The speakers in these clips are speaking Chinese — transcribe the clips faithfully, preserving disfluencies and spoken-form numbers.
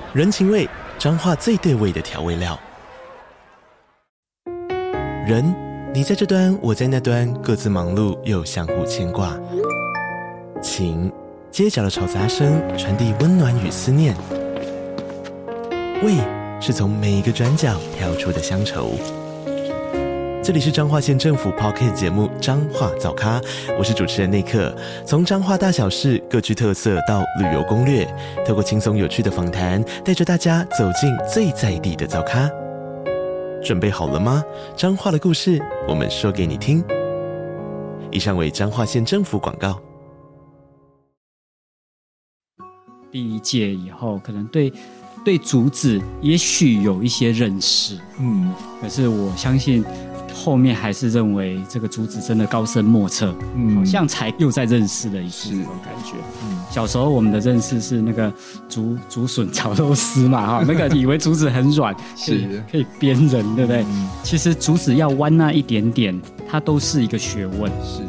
人情味，彰化最对味的调味料。人，你在这端，我在那端，各自忙碌又相互牵挂。情，街角的吵杂声传递温暖与思念。味，是从每一个转角跳出的乡愁。这里是彰化县政府 Podcast 节目《彰化早咖》，我是主持人内克。从彰化大小事各具特色到旅游攻略，透过轻松有趣的访谈，带着大家走进最在地的早咖。准备好了吗？彰化的故事，我们说给你听。以上为彰化县政府广告。 第一届以后，可能对对竹子也许有一些认识，嗯，可是我相信。后面还是认为这个竹子真的高深莫测，嗯，好像才又在认识了一次这种感觉。嗯，小时候我们的认识是那个竹竹笋炒肉丝嘛，哈，那个以为竹子很软，是可以编人，对不对？嗯、其实竹子要弯那一点点，它都是一个学问。是。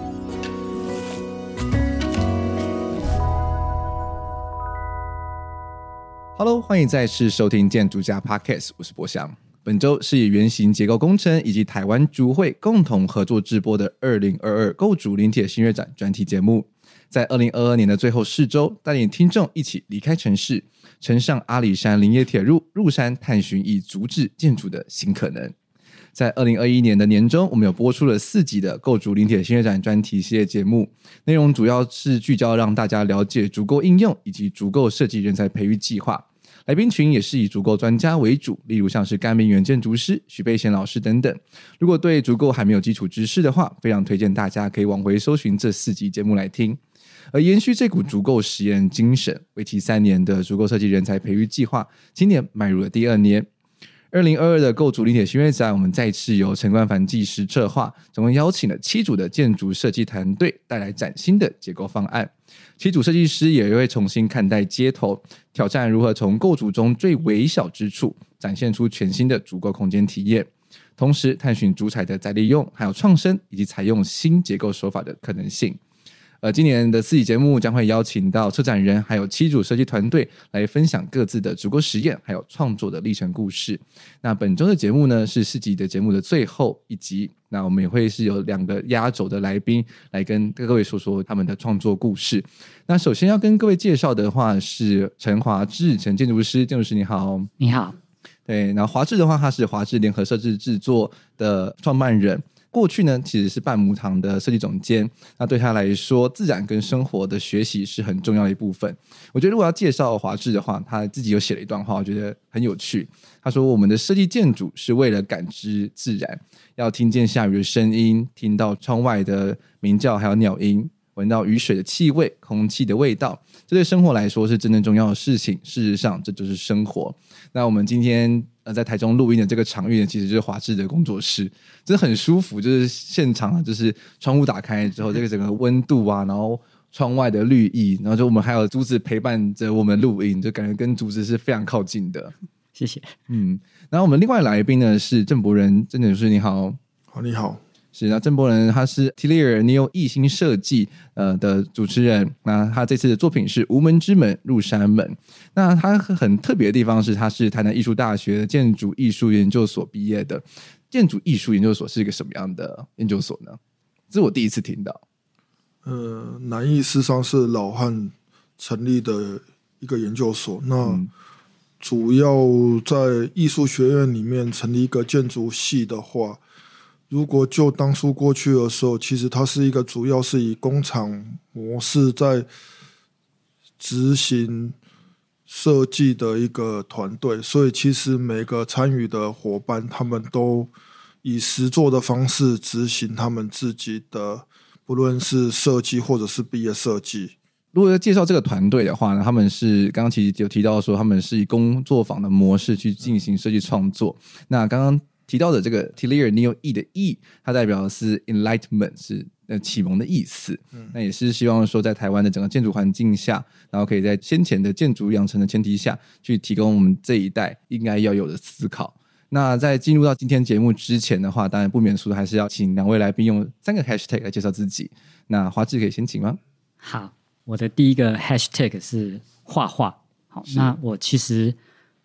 Hello， 欢迎再次收听建筑家 Podcast， 我是博翔。本周是以原型结构工程以及台湾竹会共同合作直播的二零二二构筑林铁新月展专题节目，在二零二二年的最后四周，带领听众一起离开城市，乘上阿里山林业铁路，入山探寻以竹制建筑的新可能。在二零二一年的年中，我们有播出了四集的构筑林铁新月展专题系列节目，内容主要是聚焦让大家了解竹构应用以及竹构设计人才培育计划。来宾群也是以竹构专家为主，例如像是甘明元建筑师、许贝贤老师等等。如果对竹构还没有基础知识的话，非常推荐大家可以往回搜寻这四集节目来听。而延续这股竹构实验精神，为期三年的竹构设计人才培育计划，今年迈入了第二年。二零二二的构筑林铁新月展，我们再次由陈冠凡技师策划，总共邀请了七组的建筑设计团队，带来崭新的结构方案。七组设计师也会重新看待街头，挑战如何从构筑中最微小之处，展现出全新的竹构空间体验，同时探寻竹材的再利用，还有创生以及采用新结构手法的可能性。呃，今年的四集节目将会邀请到策展人还有七组设计团队来分享各自的竹构实验还有创作的历程故事。那本周的节目呢是四集的节目的最后一集，那我们也会是有两个压轴的来宾来跟各位说说他们的创作故事。那首先要跟各位介绍的话是陈华志，陈建筑师，建筑师你好。 你好。 对，然后华志的话他是华志联合设计制作的创办人，过去呢其实是半亩堂的设计总监，那对他来说自然跟生活的学习是很重要的一部分。我觉得如果要介绍华志的话，他自己有写了一段话，我觉得很有趣。他说我们的设计建筑是为了感知自然，要听见下雨的声音，听到窗外的鸣叫还有鸟音，闻到雨水的气味，空气的味道，这对生活来说是真正重要的事情。事实上这就是生活。那我们今天呃在台中录音的这个场域呢，其实就是华志的工作室，真的很舒服，就是现场啊，就是窗户打开之后，这个整个温度啊，然后窗外的绿意，然后就我们还有竹子陪伴着我们录音，就感觉跟竹子是非常靠近的。 谢谢。 嗯，然后我们另外来宾呢是郑伯仁，郑建筑师你好。 好，你好。 是，那郑伯仁他是 Atelier Neo 艺兴设计呃的主持人，那他这次的作品是无门之门入山门。那他很特别的地方是他是台南艺术大学的建筑艺术研究所毕业的。建筑艺术研究所是一个什么样的研究所呢？这是我第一次听到。 呃，南艺事实上是老汉成立的一个研究所，那主要在艺术学院里面成立一个建筑系的话，如果就当初过去的时候，其实它是一个主要是以工厂模式在执行设计的一个团队，所以其实每个参与的伙伴他们都以实作的方式执行他们自己的不论是设计或者是毕业设计。 如果要介绍这个团队的话呢，他们是刚刚其实有提到说他们是以工作坊的模式去进行设计创作。那刚刚提到的这个 Atelier Neo E 的 E， 它代表的是 Enlightenment， 是启蒙的意思、嗯、那也是希望说在台湾的整个建筑环境下，然后可以在先前的建筑养成的前提下去提供我们这一代应该要有的思考。那在进入到今天节目之前的话，当然不免俗的还是要请两位来宾用三个 hashtag 来介绍自己。那华志可以先请吗？ 好，我的第一个 hashtag 是画画。好，那我其实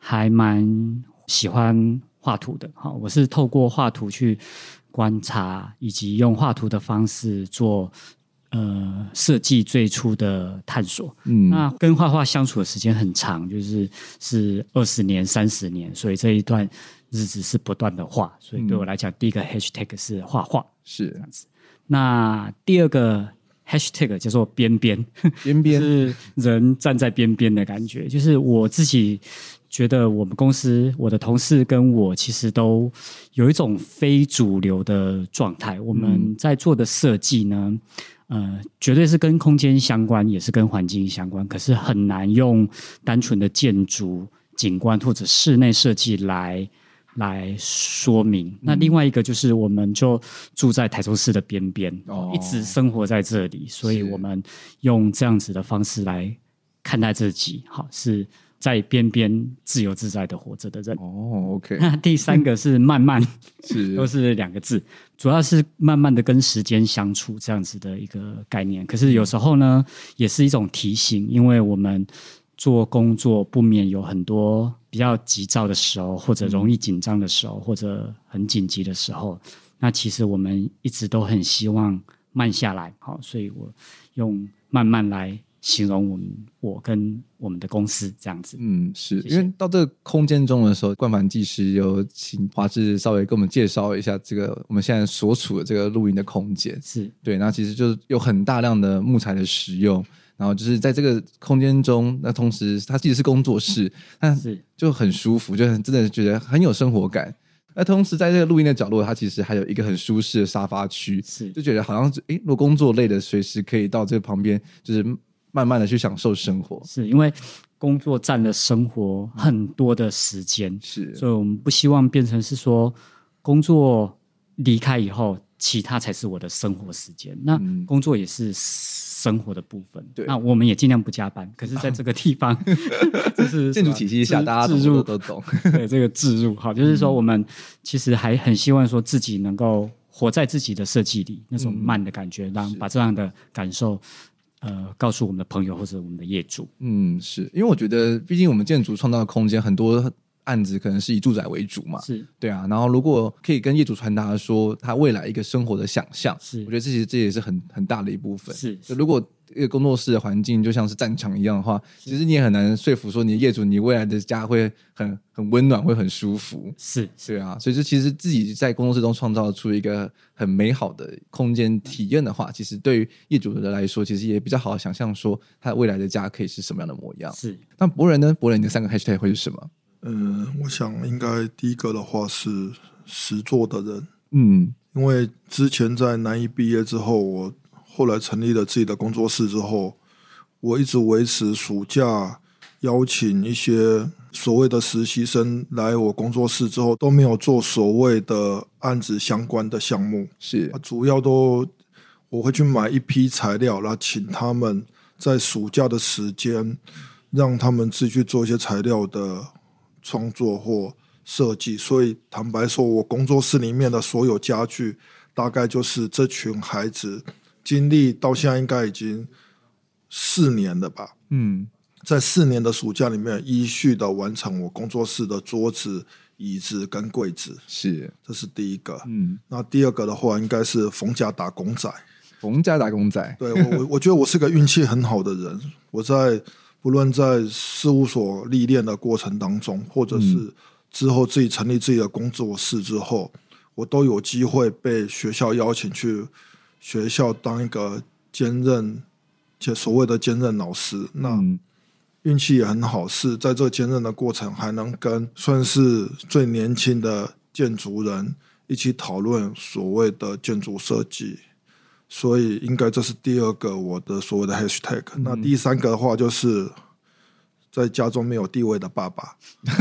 还蛮喜欢画图的。好，我是透过画图去观察，以及用画图的方式做呃设计最初的探索。嗯，那跟画画相处的时间很长，就是是二十年、三十年，所以这一段日子是不断的画。所以对我来讲，嗯、第一个 hashtag 是画画， 是这样子。那第二个 hashtag 叫做边边， 边边是人站在边边的感觉。就是我自己觉得，我们公司我的同事跟我其实都有一种非主流的状态。我们在做的设计呢，呃，绝对是跟空间相关，也是跟环境相关，可是很难用单纯的建筑、景观或者室内设计来。来说明。那另外一个就是我们就住在台中市的边边、哦、一直生活在这里，所以我们用这样子的方式来看待自己，好，是在边边自由自在的活着的人。 哦 OK。 那第三个是慢慢是都是两个字，主要是慢慢的跟时间相处这样子的一个概念。可是有时候呢也是一种提醒，因为我们做工作不免有很多比较急躁的时候，或者容易紧张的时候，或者很紧急的时候，那其实我们一直都很希望慢下来。好，所以我用慢慢来形容我们我跟我们的公司这样子。 嗯，是谢谢。 因为到这个空间中的时候，冠凡技师有请华志稍微跟我们介绍一下这个我们现在所处的这个录音的空间。 是对，那其实就是有很大量的木材的使用，然后就是在这个空间中，那同时它其实是工作室，那就很舒服，就很真的觉得很有生活感。那同时在这个录音的角落，它其实还有一个很舒适的沙发区， 是就觉得好像诶，如果工作累的，随时可以到这个旁边，就是慢慢的去享受生活。 是因为工作占了生活很多的时间， 是， 所以我们不希望变成是说工作离开以后，其他才是我的生活时间。那工作也是生活的部分，对，那我们也尽量不加班。可是在这个地方就是建筑体系下大家都懂都懂对，这个置入好，就是说我们其实还很希望说自己能够活在自己的设计里，那种慢的感觉，让把这样的感受呃，告诉我们的朋友或者我们的业主。 嗯，是因为我觉得毕竟我们建筑创造的空间很多案子可能是以住宅为主嘛， 是对啊，然后如果可以跟业主传达说他未来一个生活的想象，是我觉得这其实这也是很很大的一部分。 是， 就如果一个工作室的环境就像是战场一样的话，其实你也很难说服说你的业主你未来的家会很很温暖，会很舒服。 是， 对啊，所以就其实自己在工作室中创造出一个很美好的空间体验的话，其实对于业主的来说，其实也比较好想象说他未来的家可以是什么样的模样。 是， 那博仁呢？博仁你的三个 hashtag 会是什么？ 嗯，我想应该第一个的话是实作的人。 嗯， 因为之前在南艺毕业之后，我后来成立了自己的工作室之后，我一直维持暑假邀请一些所谓的实习生来我工作室之后，都没有做所谓的案子相关的项目。 是， 啊、主要都我会去买一批材料，然后请他们在暑假的时间，让他们自己去做一些材料的创作或设计。所以坦白说，我工作室里面的所有家具大概就是这群孩子经历到现在应该已经四年了吧。 嗯， 在四年的暑假里面依序的完成我工作室的桌子、椅子跟柜子。 是， 这是第一个。 嗯， 那第二个的话应该是逢甲打工仔。 逢甲打工仔， 对，我我我觉得我是个运气很好的人。我在不论在事务所历练的过程当中，或者是之后自己成立自己的工作室之后，我都有机会被学校邀请去学校当一个兼任，且所谓的兼任老师。那运气也很好，是在这个兼任的过程还能跟算是最年轻的建筑人一起讨论所谓的建筑设计。所以应该这是第二个我的所谓的 hashtag、嗯、那第三个的话就是在家中没有地位的爸爸。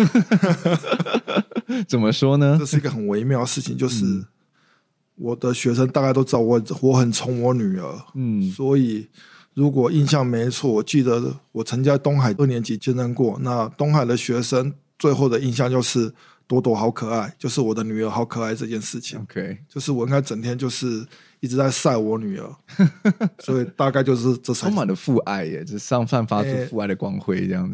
怎么说呢？ 这是一个很微妙的事情，就是我的学生大概都知道我我很宠我女儿，嗯，所以如果印象没错，我记得我曾在东海二年级兼任过，那东海的学生最后的印象就是朵朵好可爱，就是我的女儿好可爱这件事情。 OK， 就是我应该整天就是一直在晒我女儿。所以大概就是这充满了父爱耶，这上散发出父爱的光辉这样子、 欸、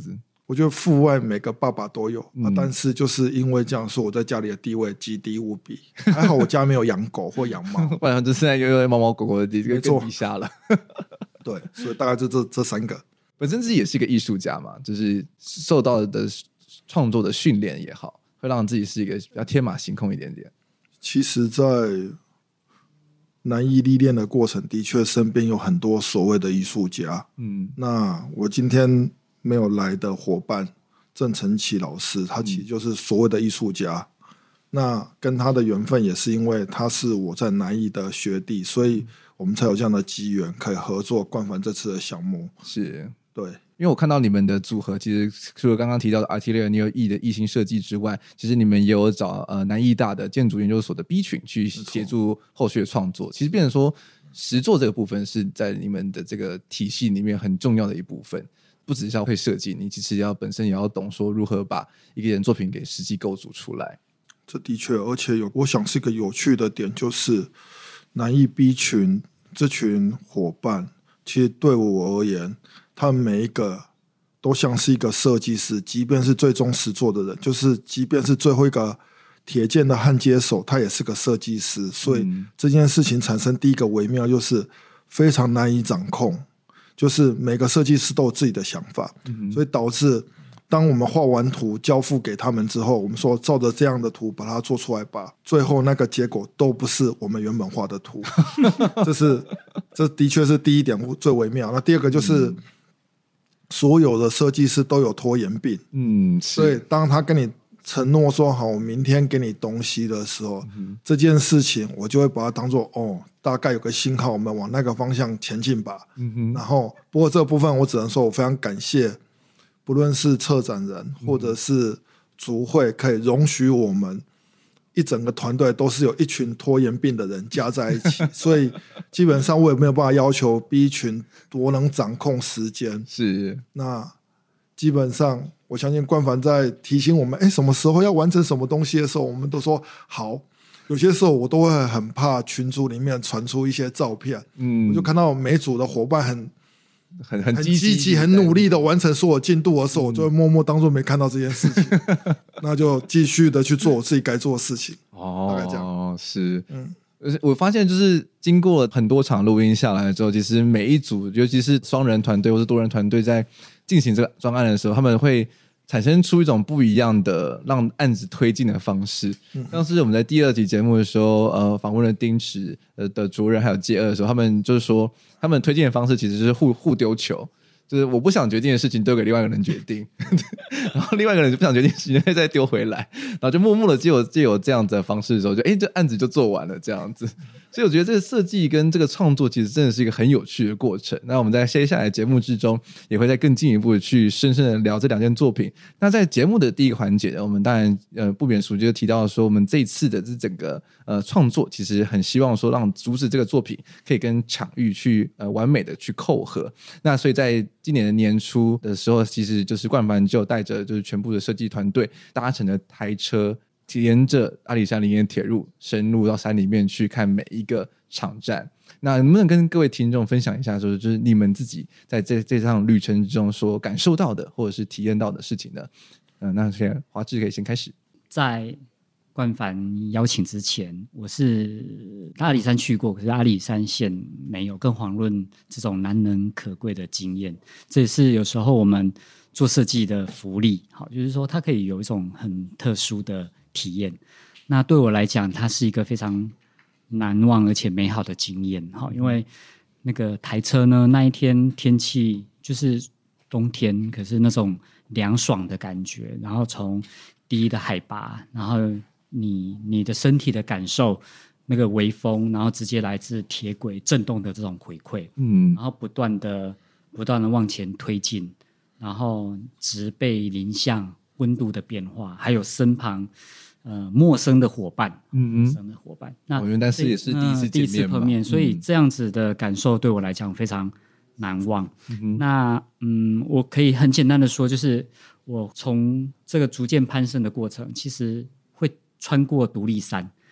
我觉得父爱每个爸爸都有、 嗯啊，但是就是因为这样说，我在家里的地位极低无比。还好我家没有养狗或养猫， 不然就现在又有猫猫狗狗的地，这个没错更低下了。 对，所以大概就这这三个。 本身自己也是一个艺术家嘛，就是受到的创作的训练也好，会让自己是一个比较天马行空一点点。 其实，在南艺历练的过程，的确身边有很多所谓的艺术家。嗯，那我今天没有来的伙伴郑成奇老师，他其实就是所谓的艺术家。嗯、那跟他的缘分也是因为他是我在南艺的学弟，所以我们才有这样的机缘可以合作冠凡这次的项目。 是， 对。 因为我看到你们的组合，其实除了刚刚提到的 Artelier Neo E 的艺兴设计之外，其实你们也有找呃南艺大的建筑研究所的 B 群去协助后续的创作。其实变成说实作这个部分是在你们的这个体系里面很重要的一部分，不只是要会设计，你其实要本身也要懂说如何把一个人作品给实际构筑出来。 这的确，而且有我想是一个有趣的点，就是南艺 B 群这群伙伴，其实对我而言，他们每一个都像是一个设计师，即便是最终实作的人，就是即便是最后一个铁剑的焊接手，他也是个设计师。所以这件事情产生第一个微妙，就是非常难以掌控，就是每个设计师都有自己的想法，嗯、所以导致当我们画完图交付给他们之后，我们说照着这样的图把它做出来吧，最后那个结果都不是我们原本画的图。这是这的确是第一点最微妙。那第二个就是、嗯、所有的设计师都有拖延病，嗯，所以当他跟你承诺说好我明天给你东西的时候、嗯、这件事情我就会把它当作哦，大概有个信号，我们往那个方向前进吧、嗯、哼然后不过这部分我只能说我非常感谢不论是策展人或者是组会，可以容许我们一整个团队都是有一群拖延病的人加在一起，所以基本上我也没有办法要求 B 群多能掌控时间。是，那基本上我相信冠凡在提醒我们，哎，什么时候要完成什么东西的时候，我们都说好。有些时候我都会很怕群组里面传出一些照片，嗯，我就看到每组的伙伴很。 很很积极、很努力的完成所有进度的时候，我就会默默当作没看到这件事情，那就继续的去做我自己该做的事情。哦，大概这样。是，嗯， 我发现就是经过很多场录音下来之后，其实每一组，尤其是双人团队或是多人团队，在进行这个专案的时候，他们会产生出一种不一样的让案子推进的方式。嗯、像是我们在第二集节目的时候，呃，访问了丁池的主任还有介二的时候，他们就是说，他们推进的方式其实是互互丢球，就是我不想决定的事情丢给另外一个人决定，然后另外一个人就不想决定的事情再丢回来，然后就默默的借有借有这样子的方式的时候，就哎，这案子就做完了这样子。所以我觉得这个设计跟这个创作其实真的是一个很有趣的过程。那我们在接下来的节目之中也会再更进一步的去深深的聊这两件作品。那在节目的第一个环节呢，我们当然呃不免俗就提到说，我们这一次的这整个呃创作其实很希望说让竹子这个作品可以跟场域去呃完美的去扣合。那所以在今年的年初的时候，其实就是冠凡就带着就是全部的设计团队搭乘了台车，沿着阿里山林荫铁路深入到山里面去看每一个场站。那能不能跟各位听众分享一下，说就是你们自己在这这趟旅程之中所感受到的或者是体验到的事情呢？呃、那先华智可以先开始。 在冠凡邀请之前，我是阿里山去过，可是阿里山县没有，更遑论这种难能可贵的经验。这也是有时候我们做设计的福利，好，就是说它可以有一种很特殊的体验。那对我来讲，它是一个非常难忘而且美好的经验。好，因为那个台车呢，那一天天气就是冬天，可是那种凉爽的感觉，然后从低的海拔，然后你你的身体的感受，那个微风，然后直接来自铁轨震动的这种回馈，嗯，然后不断的不断的往前推进，然后植被林相温度的变化，还有身旁呃陌生的伙伴，嗯嗯，陌生的伙伴。那原来是也是第一次见面嘛、呃、第一次碰面， 所以这样子的感受对我来讲非常难忘。嗯、那嗯，我可以很简单的说，就是我从这个逐渐攀升的过程，其实会穿过独立山，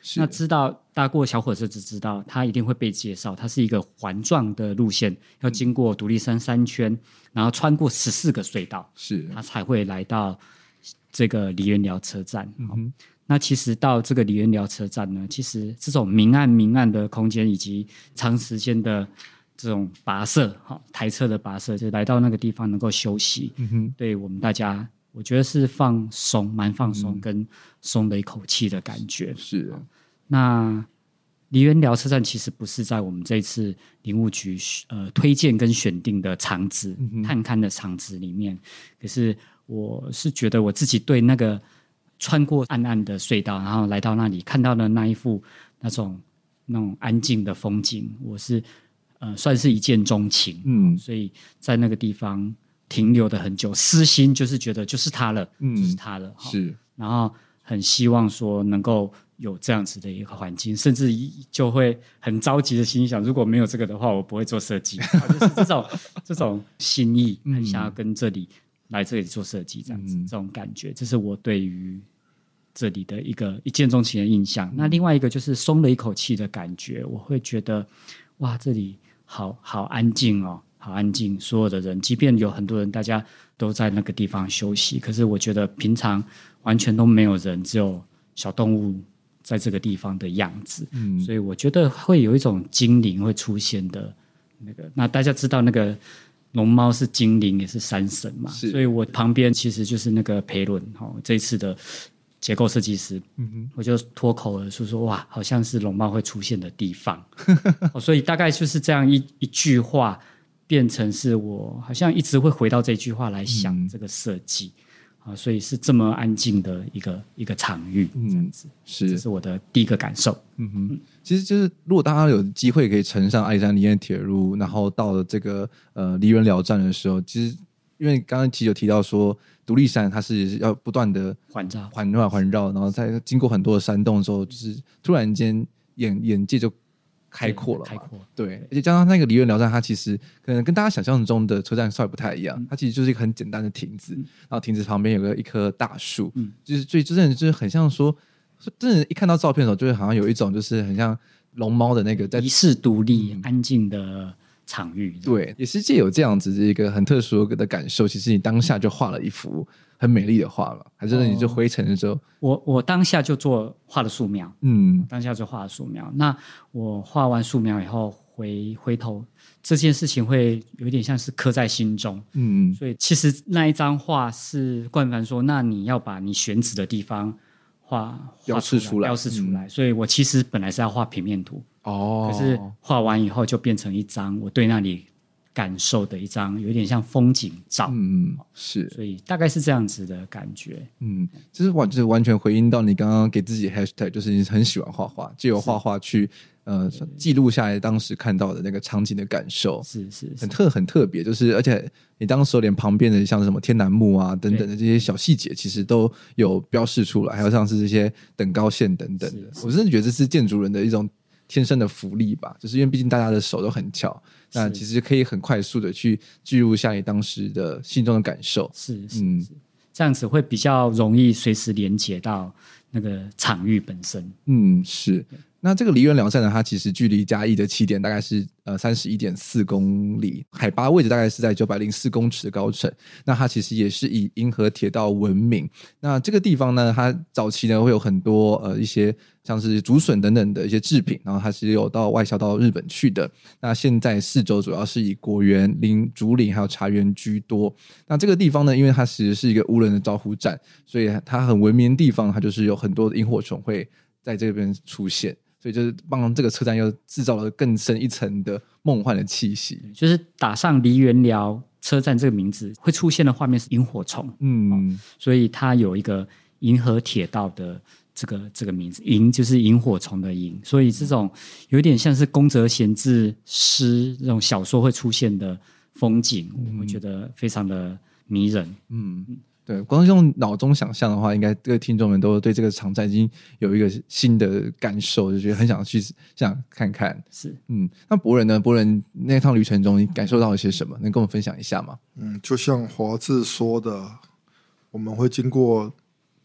那知道搭过小火车就知道，它一定会被介绍，它是一个环状的路线，要经过独立山山圈，然后穿过十四个隧道， 是它才会来到这个梨园寮车站。 嗯那其实到这个梨园寮车站呢，其实这种明暗明暗的空间以及长时间的这种跋涉，台车的跋涉，就来到那个地方能够休息，嗯哼，对我们大家我觉得是放松，蛮放松跟松了一口气的感觉。 是， 那梨园寮车站其实不是在我们这一次林务局呃推荐跟选定的场址、嗯、探勘的场址里面，可是我是觉得我自己对那个穿过暗暗的隧道，然后来到那里看到的那一幅那种那种安静的风景，我是呃算是一见钟情，嗯，所以在那个地方停留的很久，私心就是觉得就是它了，嗯，就是它了， 是， 然后很希望说能够有这样子的一个环境，甚至就会很着急的心想，如果没有这个的话，我不会做设计，就是这种这种心意，很想要跟这里。来这里做设计这样子、嗯、这种感觉，这是我对于这里的一个一见钟情的印象、嗯、那另外一个就是松了一口气的感觉，我会觉得哇这里好好安静哦，好安静，所有的人即便有很多人大家都在那个地方休息，可是我觉得平常完全都没有人，只有小动物在这个地方的样子、嗯、所以我觉得会有一种精灵会出现的那个，那大家知道那个龙猫是精灵也是山神嘛，所以我旁边其实就是那个培伦、哦、这一次的结构设计师、嗯、我就脱口而出说哇好像是龙猫会出现的地方、哦、所以大概就是这样 一, 一句话变成是我好像一直会回到这句话来想这个设计、嗯啊、所以是这么安静的一个一个场域、嗯、这样子，是这是我的第一个感受。 嗯哼，嗯其实就是如果大家有机会可以乘上阿里山梨园铁路，然后到了这个呃梨园寮站的时候，其实因为刚刚其实有提到说独立山它是要不断的环绕环绕环绕，然后在经过很多的山洞的时候，就是突然间眼眼界就开阔了嘛， 开阔， 对，而且加上那个梨园寮站，它其实可能跟大家想象中的车站稍微不太一样、嗯，它其实就是一个很简单的亭子，嗯、然后亭子旁边有个一棵大树，嗯，就是最真的就是很像说，真的，一看到照片的时候，就会好像有一种就是很像龙猫的那个在遗世独立、嗯、安静的场域， 对，也是藉有这样子的一个很特殊的感受。其实你当下就画了一幅很美丽的画了，还是你就灰尘的时候？哦、 我我当下就做画了素描，嗯，当下就画了素描。那我画完素描以后回回头，这件事情会有点像是刻在心中，嗯，所以其实那一张画是冠凡说，那你要把你选址的地方画标示出来， 标示出来、嗯。所以我其实本来是要画平面图，哦，可是画完以后就变成一张我对那里感受的一张有点像风景照，嗯，是，所以大概是这样子的感觉， 嗯，就是完就是完全回应到你刚刚给自己的 hashtag， 就是你很喜欢画画，藉由画画去呃记录下来当时看到的那个场景的感受， 是是是很特很特别，就是而且你当时连旁边的像什么天楠木啊等等的这些小细节，其实都有标示出来，还有像是这些等高线等等的，我真的觉得这是建筑人的一种天生的福利吧，就是因为毕竟大家的手都很巧，那其实可以很快速的去记录下你当时的心中的感受， 是是、嗯、是，这样子会比较容易随时连接到那个场域本身。 嗯，是。那这个梨园寮站呢，它其实距离嘉义的起点大概是呃三十一点四公里，海拔位置大概是在九百零四公尺的高程。那它其实也是以银河铁道闻名。那这个地方呢，它早期呢会有很多呃一些像是竹笋等等的一些制品，然后它是有到外销到日本去的。那现在四周主要是以果园、林、竹林还有茶园居多。那这个地方呢，因为它其实是一个无人的招呼站，所以它很闻名的地方，它就是有很多的萤火虫会在这边出现。所以就是帮这个车站又制造了更深一层的梦幻的气息， 就是打上梨园寮车站这个名字会出现的画面是萤火虫，嗯、哦，所以它有一个银河铁道的这个这个名字，萤就是萤火虫的萤，所以这种有点像是宫泽贤治诗这种小说会出现的风景，嗯、我觉得非常的迷人， 嗯。对，光是用脑中想象的话，应该各位听众们都对这个场站已经有一个新的感受，就觉得很想去想看看。 是， 嗯，那博仁呢？博仁那趟旅程中，你感受到了些什么？能跟我们分享一下吗？ 嗯，就像华智说的，我们会经过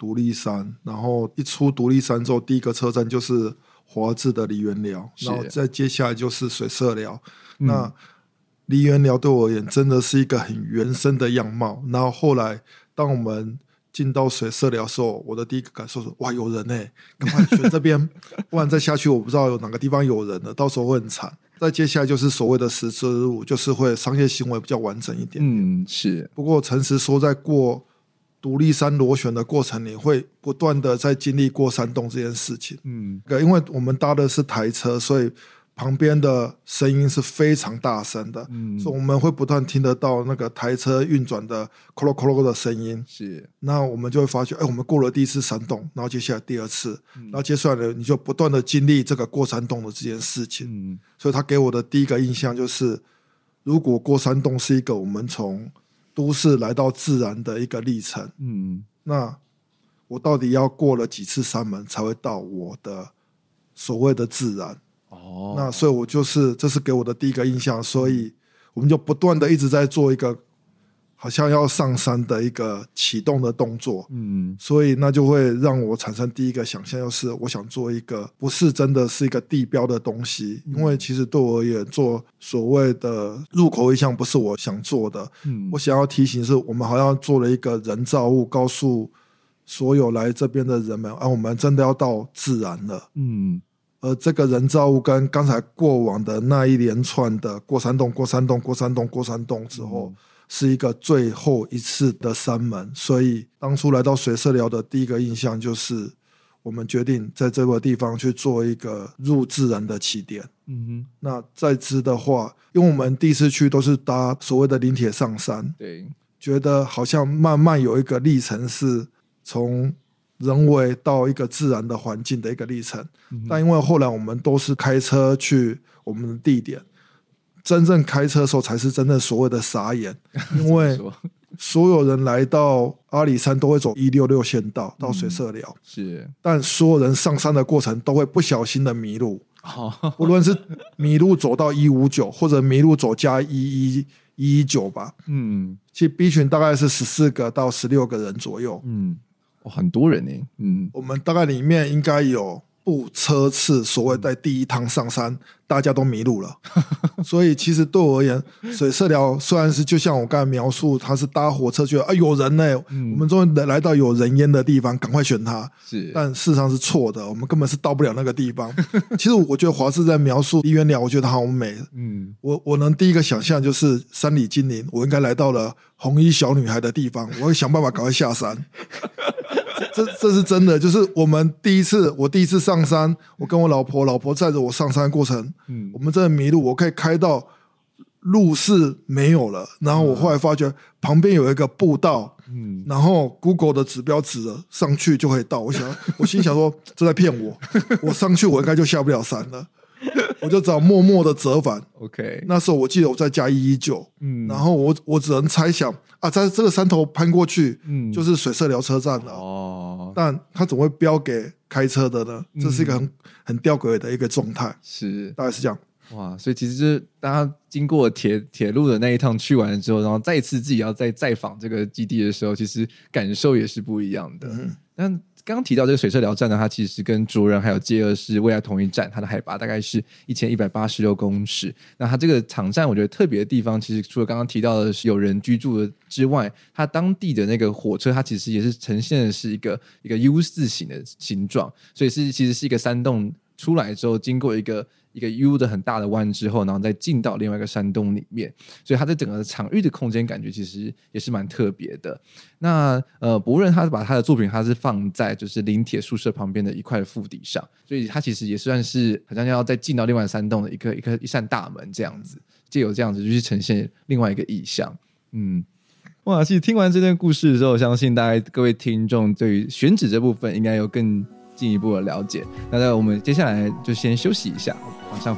独立山，然后一出独立山之后，第一个车站就是华智的梨园寮，然后再接下来就是水社寮。嗯、那梨园寮对我而言真的是一个很原生的样貌。然后后来当我们进到水社寮的时候，我的第一个感受是哇，有人欸，赶快选这边，不然再下去我不知道有哪个地方有人了，到时候会很惨。再接下来就是所谓的实支路，就是会商业行为比较完整一点点。 嗯，是。不过诚实说，在过独立山螺旋的过程里，会不断的在经历过山洞这件事情。嗯，因为我们搭的是台车，所以旁边的声音是非常大声的，嗯，所以我们会不断听得到那个台车运转的咯咯咯咯的声音。 是， 那我们就会发觉，哎，我们过了第一次山洞，然后接下来第二次，嗯、然后接下来你就不断的经历这个过山洞的这件事情。嗯，所以他给我的第一个印象就是，如果过山洞是一个我们从都市来到自然的一个历程，嗯，那我到底要过了几次山门才会到我的所谓的自然？哦，那所以我就是这是给我的第一个印象，所以我们就不断的一直在做一个好像要上山的一个启动的动作，嗯，所以那就会让我产生第一个想象，就是我想做一个不是真的是一个地标的东西，嗯、因为其实对我而言，做所谓的入口意象不是我想做的，嗯，我想要提醒是我们好像做了一个人造物，告诉所有来这边的人们，啊，我们真的要到自然了，嗯。而这个人造物跟刚才过往的那一连串的过山洞、过山洞、过山洞、过山洞之后，嗯、是一个最后一次的山门。所以当初来到水社寮的第一个印象就是，我们决定在这个地方去做一个入自然的起点。嗯哼，那再之的话，因为我们第一次去都是搭所谓的林铁上山， 对， 觉得好像慢慢有一个历程是从人为到一个自然的环境的一个历程，嗯、但因为后来我们都是开车去我们的地点，真正开车的时候才是真正所谓的傻眼，因为所有人来到阿里山都会走一六六县道到水社寮，嗯、是，但所有人上山的过程都会不小心的迷路，哦、无论是迷路走到一五九，或者迷路走加一一一一九吧，嗯，其实 B 群大概是十四个到十六个人左右，嗯。 哦、很多人呢，嗯， 我们大概里面应该有部车次，所谓在第一趟上山，大家都迷路了，所以其实对我而言，水社寮虽然是就像我刚才描述，它是搭火车去啊有人呢、欸嗯，我们终于来到有人烟的地方，赶快选它，是，但事实上是错的，我们根本是到不了那个地方。其实我觉得华视在描述梨园寮，我觉得好美，嗯，我我能第一个想象就是山里精灵，我应该来到了红衣小女孩的地方，我会想办法赶快下山。这这是真的，就是我们第一次，我第一次上山，我跟我老婆，老婆载着我上山的过程，嗯，我们真的迷路，我可以开到路是没有了，然后我后来发觉旁边有一个步道，嗯，然后 Google 的指标指了上去就可以到，我想，我心想说这在骗我，我上去我应该就下不了山了。我就只好默默的折返。 OK， 那时候我记得我在加一一九，嗯，然后我我只能猜想啊，在这个山头攀过去，嗯，就是水社寮车站了。哦，但他怎么会标给开车的呢？这是一个很、嗯、很吊诡的一个状态， 是大概是这样。 哇，所以其实就是大家经过铁铁路的那一趟去完之后，然后再一次自己要再再访这个基地的时候，其实感受也是不一样的。嗯，但刚刚提到这个水社寮站呢，它其实跟卓人还有接二是未来同一站，它的海拔大概是一千一百八十六公尺。那它这个场站我觉得特别的地方，其实除了刚刚提到的是有人居住的之外，它当地的那个火车，它其实也是呈现的是一个一个 U 字形的形状，所以是其实是一个山洞出来之后，经过一个一个 U 的很大的弯之后，然后再进到另外一个山洞里面，所以它在整个场域的空间感觉其实也是蛮特别的。那呃，博润他把他的作品，他是放在就是林铁宿舍旁边的一块腹地上，所以他其实也算是好像要再进到另外山洞的一个一个一扇大门这样子，藉由这样子就去呈现另外一个意象。嗯，哇，其实听完这段故事的时候，我相信大家各位听众对于选址这部分应该有更进一步的了解。那我们接下来就先休息一下，马上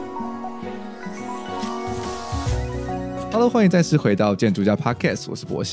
回来。Hello， 欢迎再次回到建筑家 Podcast， 我是博翔。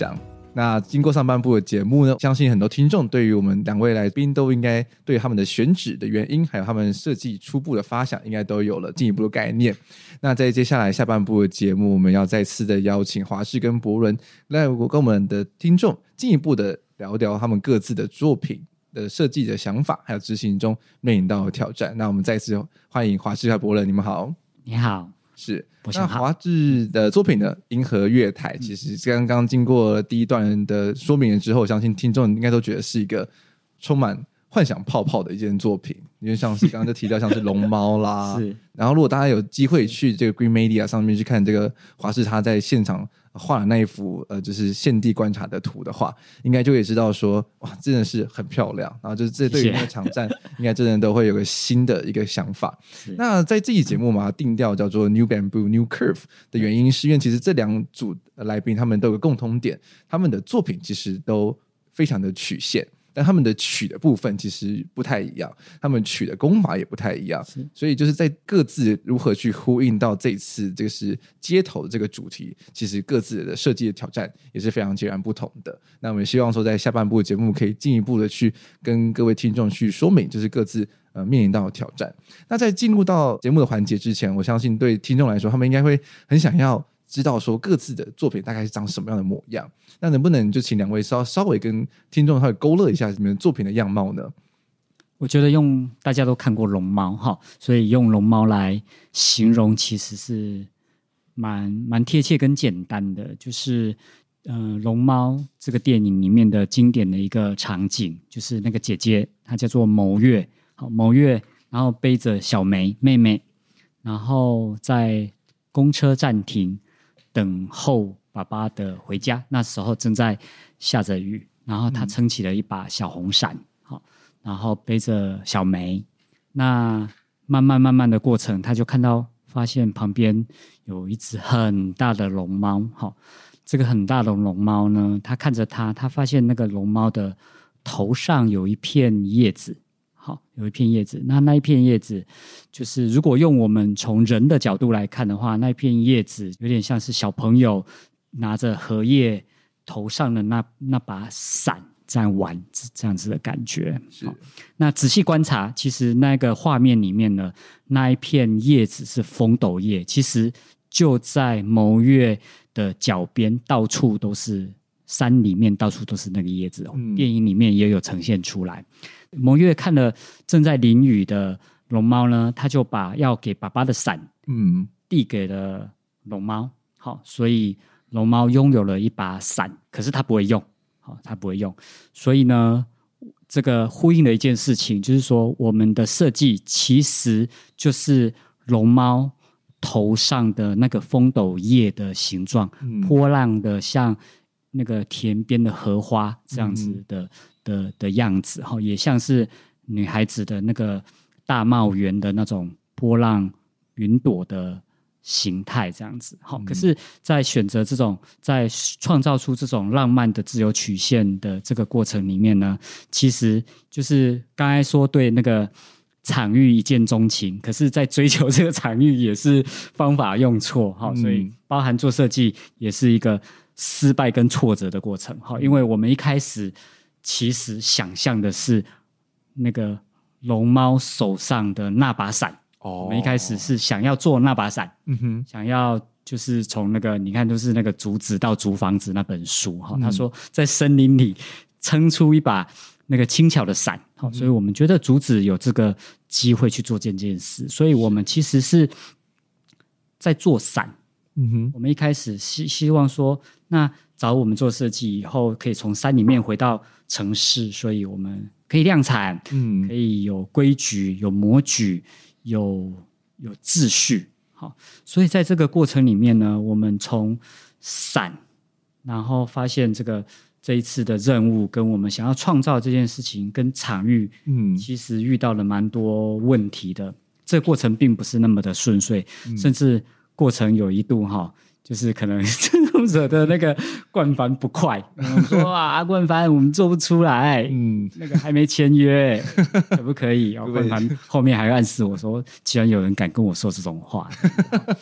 那经过上半部的节目呢，相信很多听众对于我们两位来宾都应该对他们的选址的原因还有他们设计初步的发想应该都有了进一步的概念。那在接下来下半部的节目，我们要再次的邀请华视跟博伦来跟我们的听众进一步的聊聊他们各自的作品的设计的想法还有执行中面临到的挑战。那我们再次欢迎华视和博伦，你们好。 你好。 是，那华视的作品呢，银河月台其实刚刚经过第一段的说明了之后，相信听众应该都觉得是一个充满幻想泡泡的一件作品，因为像是刚刚就提到像是龙猫啦是，然后如果大家有机会去这个 Green Media 上面去看这个华视他在现场画的那一幅呃，就是现地观察的图的话，应该就可以知道说哇，真的是很漂亮。然后就是这对于那个场站，应该真的都会有个新的一个想法。那在这期节目嘛，定调叫做 New Bamboo New Curve 的原因，是因为其实这两组来宾他们都有个共同点，他们的作品其实都非常的曲线。但他们的曲的部分其实不太一样，他们曲的功法也不太一样，所以就是在各自如何去呼应到这一次这个是街头的这个主题，其实各自的设计的挑战也是非常截然不同的。那我们希望说在下半部的节目可以进一步的去跟各位听众去说明就是各自呃面临到的挑战。那在进入到节目的环节之前，我相信对听众来说他们应该会很想要知道说各自的作品大概是长什么样的模样，那能不能就请两位稍稍微跟听众稍微勾勒一下你们作品的样貌呢？ 我觉得用大家都看过龙猫哈，所以用龙猫来形容其实是蛮蛮贴切跟简单的，就是呃龙猫这个电影里面的经典的一个场景，就是那个姐姐她叫做牟月，好牟月，然后背着小梅妹妹，然后在公车站停等候爸爸的回家，那时候正在下着雨，然后他撑起了一把小红伞，好，然后背着小梅。那慢慢慢慢的过程，他就看到发现旁边有一只很大的龙猫，好，这个很大的龙猫呢，他看着他，他发现那个龙猫的头上有一片叶子。好，有一片叶子，那那一片叶子就是如果用我们从人的角度来看的话，那一片叶子有点像是小朋友拿着荷叶头上的那那把伞在玩这样子的感觉。好，那仔细观察，其实那个画面里面呢，那一片叶子是风斗叶，其实就在牟月的脚边，到处都是山里面，到处都是那个叶子哦。嗯、电影里面也有呈现出来。牟月看了正在淋雨的龙猫呢，他就把要给爸爸的伞嗯递给了龙猫。好，所以龙猫拥有了一把伞，可是他不会用，好，他不会用。所以呢，这个呼应了一件事情，就是说我们的设计其实就是龙猫头上的那个风斗叶的形状，嗯、波浪的像那个田边的荷花这样子的。嗯的, 的样子，也像是女孩子的那个大帽檐的那种波浪云朵的形态这样子。嗯、可是在选择这种在创造出这种浪漫的自由曲线的这个过程里面呢，其实就是刚才说对那个场域一见钟情，可是在追求这个场域也是方法用错，嗯、所以包含做设计也是一个失败跟挫折的过程。因为我们一开始其实想象的是那个龙猫手上的那把伞，哦，我们一开始是想要做那把伞，嗯哼，想要就是从那个你看就是那个竹子到竹房子那本书，嗯、他说在森林里撑出一把那个轻巧的伞，嗯、所以我们觉得竹子有这个机会去做这件事，所以我们其实是在做伞。嗯哼，我们一开始希希望说，那找我们做设计以后，可以从山里面回到城市，所以我们可以量产，嗯，可以有规矩、有模矩、有有秩序。好，所以在这个过程里面呢，我们从伞，然后发现这个这一次的任务跟我们想要创造这件事情跟场域，嗯，其实遇到了蛮多问题的。这个过程并不是那么的顺遂，嗯、甚至过程有一度哈。就是可能惹的那个冠凡不快，我说啊，阿冠凡，我们做不出来，嗯，那个还没签约，可不可以？然后冠凡后面还暗示我说，既然有人敢跟我说这种话，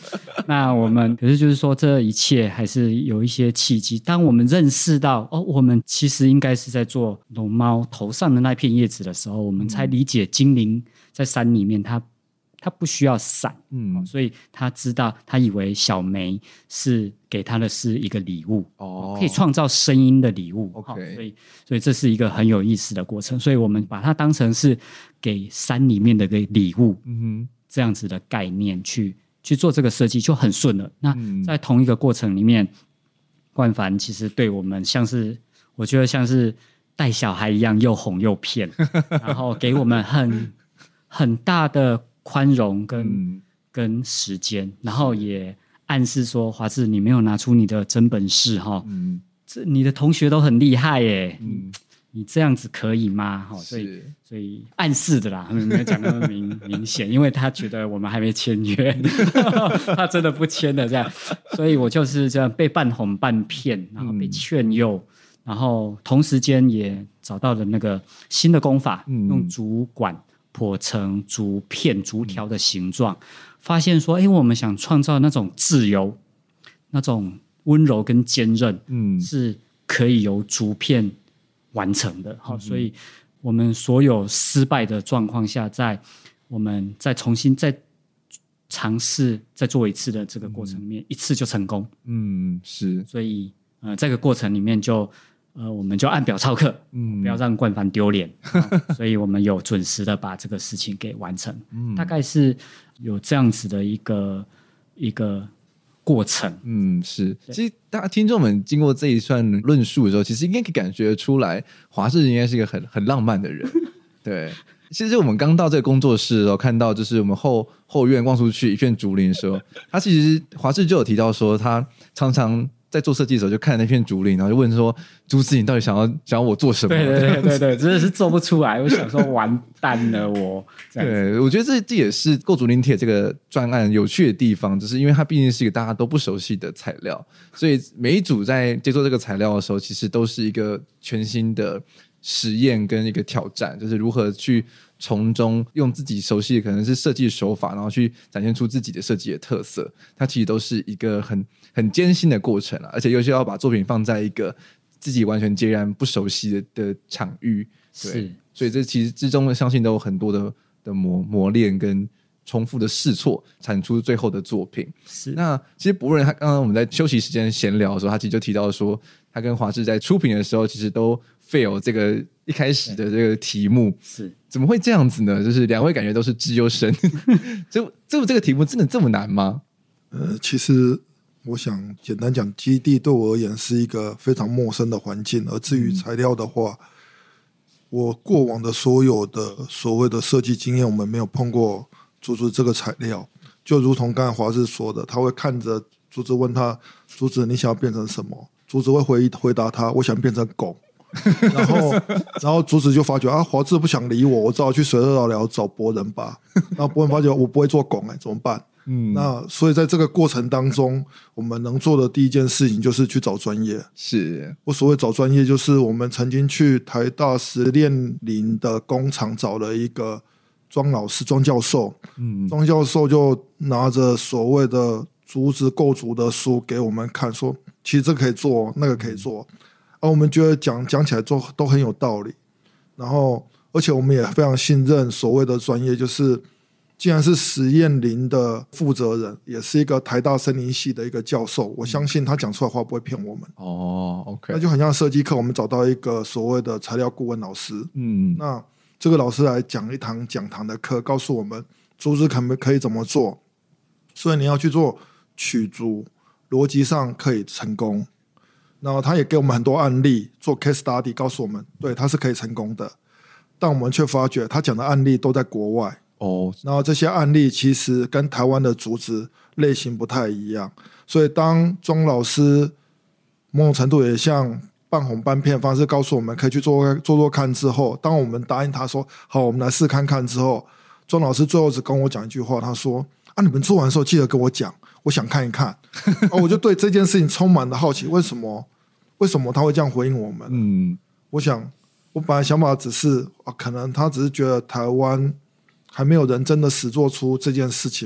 那我们可是就是说，这一切还是有一些契机。当我们认识到哦，我们其实应该是在做龙猫头上的那片叶子的时候，我们才理解精灵在山里面它他不需要伞，嗯、哦，所以他知道，他以为小梅是给他的是一个礼物，哦，可以创造声音的礼物 ，OK，、 哦、所以，所以这是一个很有意思的过程，所以我们把它当成是给山里面的个礼物，嗯哼，这样子的概念去去做这个设计就很顺了。那在同一个过程里面，冠凡其实对我们像是，我觉得像是带小孩一样，又哄又骗，然后给我们很很大的宽容跟、嗯、跟时间，然后也暗示说，华志你没有拿出你的真本事哈、嗯，这你的同学都很厉害耶，嗯，你这样子可以吗？所以所以暗示的啦，没有讲那么明明显，因为他觉得我们还没签约，他真的不签的这样，所以我就是这样被半哄半骗，然后被劝诱。嗯，然后同时间也找到了那个新的工法，嗯、用竹管剖成竹片、竹条的形状，嗯、发现说，哎，我们想创造那种自由、那种温柔跟坚韧，嗯，是可以由竹片完成的。好、嗯，所以我们所有失败的状况下，在我们再重新再尝试再做一次的这个过程里面，嗯、一次就成功。嗯，是。所以呃，这个过程里面就。呃，我们就按表操课，嗯，不要让冠凡丢脸、哦，所以我们有准时的把这个事情给完成，嗯，大概是有这样子的一个一个过程， 嗯，是。其实大家听众们经过这一串论述的时候，其实应该可以感觉出来，华志应该是一个很很浪漫的人，对。其实我们刚到这个工作室的时候，看到就是我们后后院望出去一片竹林的时候，他其实华志就有提到说，他常常。在做设计的时候就看那片竹林，然后就问说竹子你到底想要想要我做什么？ 对对对对对，真的是做不出来。我想说完蛋了我这样子。 对，我觉得这这也是构竹林铁这个专案有趣的地方，就是因为它毕竟是一个大家都不熟悉的材料，所以每一组在接触这个材料的时候，其实都是一个全新的实验跟一个挑战，就是如何去从中用自己熟悉的可能是设计手法，然后去展现出自己的设计的特色，它其实都是一个很很艰辛的过程、啊、而且尤其要把作品放在一个自己完全截然不熟悉 的, 的场域，对，是，所以这其实之中相信都有很多的的磨磨练跟重复的试错，产出最后的作品。是，那其实博仁他刚刚我们在休息时间闲聊的时候，他其实就提到说，他跟华志在出品的时候，其实都 fail 这个一开始的这个题目，是怎么会这样子呢？就是两位感觉都是资优生，这这这个题目真的这么难吗？ 呃，其实我想简单讲，基地对我而言是一个非常陌生的环境，而至于材料的话，嗯、我过往的所有的所谓的设计经验，我们没有碰过竹子这个材料，就如同刚才华志说的，他会看着竹子问他，竹子你想要变成什么？竹子会回回答他，我想变成狗。然后然后竹子就发觉啊，华志不想理我，我只好去水乐寮找博仁吧。然后博仁发觉我不会做拱、欸、怎么办？嗯，那所以在这个过程当中，我们能做的第一件事情就是去找专业。是，我所谓找专业，就是我们曾经去台大实验林的工厂找了一个庄老师、庄教授。嗯，庄教授就拿着所谓的竹子构筑的书给我们看，说其实这个可以做，那个可以做。啊，我们觉得讲讲起来都都很有道理，然后而且我们也非常信任所谓的专业，就是既然是实验林的负责人，也是一个台大森林系的一个教授，我相信他讲出来的话不会骗我们。哦 ，OK， 那就很像设计课，我们找到一个所谓的材料顾问老师，嗯，那这个老师来讲一堂讲堂的课，告诉我们竹子可不可以怎么做，所以你要去做取竹，逻辑上可以成功。然后他也给我们很多案例做 case study， 告诉我们对他是可以成功的，但我们却发觉他讲的案例都在国外哦。然后这些案例其实跟台湾的竹子类型不太一样，所以当庄老师某种程度也像半哄半骗的方式告诉我们可以去做做做看之后，当我们答应他说好我们来试看看之后，庄老师最后只跟我讲一句话，他说啊你们做完的时候记得跟我讲，我想看一看。啊、我就对这件事情充满了好奇，为什么为什么他会这样回应我们？嗯，我想我本来想法只是、啊、可能他只是觉得台湾还没有人真的实做出这件事情吧。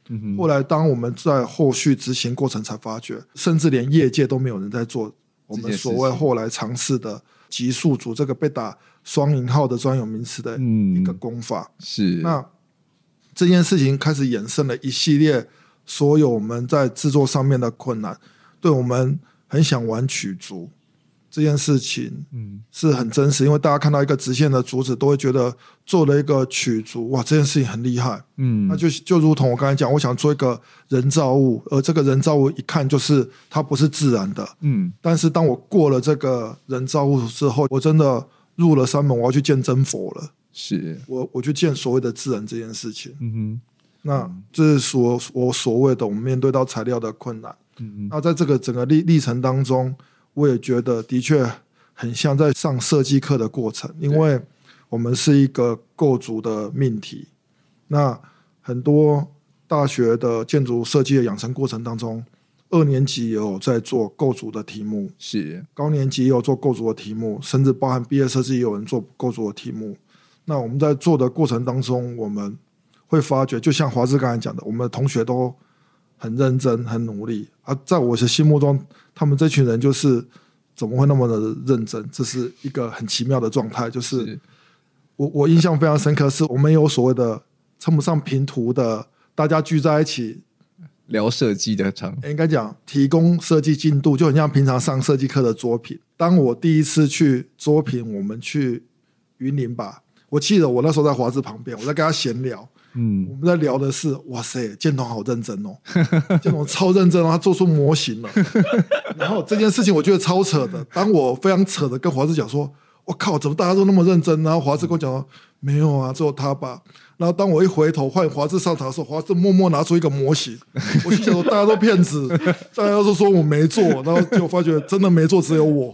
嗯、后来当我们在后续执行过程才发觉，甚至连业界都没有人在做我们所谓后来尝试的级数组这个被打双引号的专有名词的一个功法、 嗯、是那这件事情开始衍生了一系列所有我们在制作上面的困难，对我们很想玩曲竹这件事情是很真实、嗯、因为大家看到一个直线的竹子都会觉得做了一个曲竹，哇，这件事情很厉害。嗯，那就就如同我刚才讲，我想做一个人造物，而这个人造物一看就是它不是自然的。嗯，但是当我过了这个人造物之后，我真的入了山门，我要去见真佛了。 是我我去见所谓的自然这件事情。嗯哼，那这是所我所谓的我们面对到材料的困难。嗯哼，那在这个整个历历程当中，我也觉得的确很像在上设计课的过程，因为我们是一个构筑的命题。那很多大学的建筑设计的养成过程当中，二年级也有在做构筑的题目， 是高年级也有做构筑的题目，甚至包含毕业设计也有人做构筑的题目。那我们在做的过程当中，我们会发觉，就像华志刚才讲的，我们的同学都很认真很努力啊，在我的心目中他们这群人就是怎么会那么的认真，这是一个很奇妙的状态。就是 我, 我印象非常深刻，是我们有所谓的称不上评图的，大家聚在一起聊设计的场， 应该讲提供设计进度，就很像平常上设计课的作品。当我第一次去作品，我们去云林吧，我记得我那时候在华志旁边，我在跟他闲聊，嗯，我们在聊的是，哇塞，建彤好认真哦，建彤超认真哦，他做出模型了。然后这件事情我觉得超扯的，当我非常扯的跟华志讲说，我靠，怎么大家都那么认真？然后华志跟我讲说，没有啊，只有他吧。然后当我一回头换华志上场的时候，华志默默拿出一个模型，我心想说大家都骗子，大家都说我没做，然后结果发觉真的没做，只有我。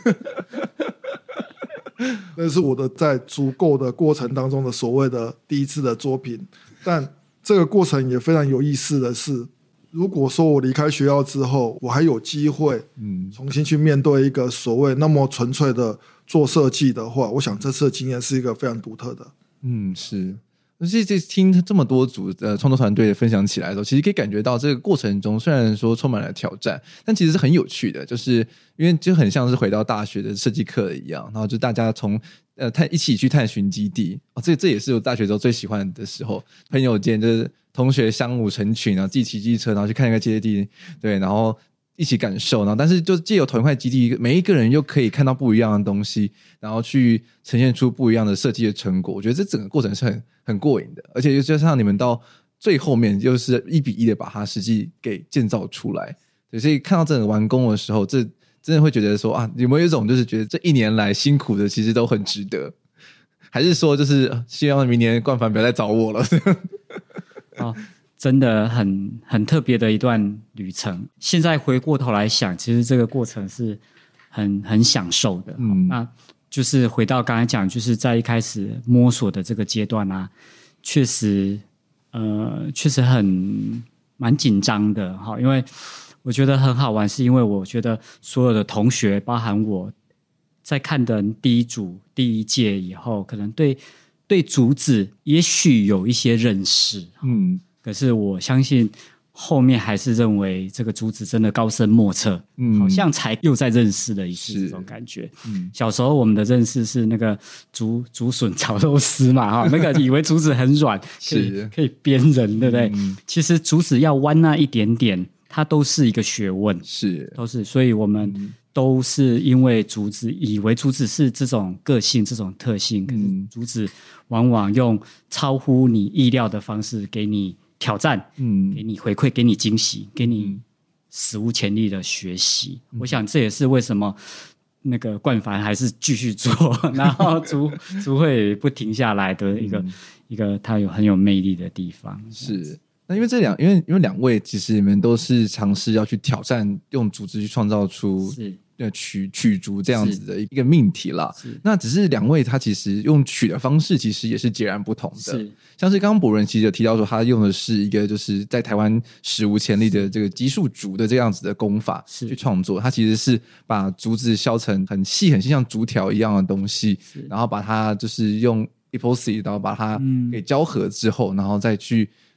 那是我的在足够的过程当中的所谓的第一次的作品。但这个过程也非常有意思的是，如果说我离开学校之后，我还有机会重新去面对一个所谓那么纯粹的做设计的话，我想这次的经验是一个非常独特的。 嗯，是。而且听这么多组呃创作团队分享起来的时候，其实可以感觉到这个过程中虽然说充满了挑战，但其实是很有趣的，就是因为就很像是回到大学的设计课一样，然后就大家从呃探一起去探寻基地，哦，这这也是我大学时候最喜欢的时候，朋友间就是同学相舞成群，然后自己骑机车，然后去看一个基地，对，然后一起感受，然后但是就借由同一块基地，每一个人又可以看到不一样的东西，然后去呈现出不一样的设计的成果。我觉得这整个过程是很很过瘾的，而且又加上你们到最后面又是一比一的把它实际给建造出来，对，所以看到整个完工的时候，这真的会觉得说啊，有没有一种就是觉得这一年来辛苦的其实都很值得，还是说就是希望明年冠凡不要再找我了？ 哦，真的很很特别的一段旅程。现在回过头来想，其实这个过程是很很享受的。嗯，那就是回到刚才讲，就是在一开始摸索的这个阶段啊，确实呃确实很蛮紧张的哈，因为我觉得很好玩，是因为我觉得所有的同学，包含我在看的第一组第一届以后，可能对对竹子也许有一些认识，嗯。可是我相信后面还是认为这个竹子真的高深莫测，嗯，好像才又在认识了一次这种感觉。嗯，小时候我们的认识是那个竹竹笋炒肉丝嘛，哈，那个以为竹子很软，可以可以编人，对不对？嗯，其实竹子要弯那一点点，它都是一个学问， 是都是，所以我们都是因为竹子，以为竹子是这种个性、这种特性，可是竹子往往用超乎你意料的方式给你挑战，嗯，给你回馈，给你惊喜，给你史无前例的学习。嗯，我想这也是为什么那个冠凡还是继续做，然后竹竹会不停下来的一个、嗯、一个他有很有魅力的地方。 是，那因为这两因为因为两位其实你们都是尝试要去挑战，用组织去创造出是。曲曲竹这样子的一个命题啦，那只是两位他其实用曲的方式其实也是截然不同的，是像是刚刚博仁其实有提到说他用的是一个就是在台湾史无前例的这个级数竹的这样子的工法去创作，他其实是把竹子削成很细很细像竹条一样的东西，然后把它就是用 epoxy 然后把它给胶合之后，然后再去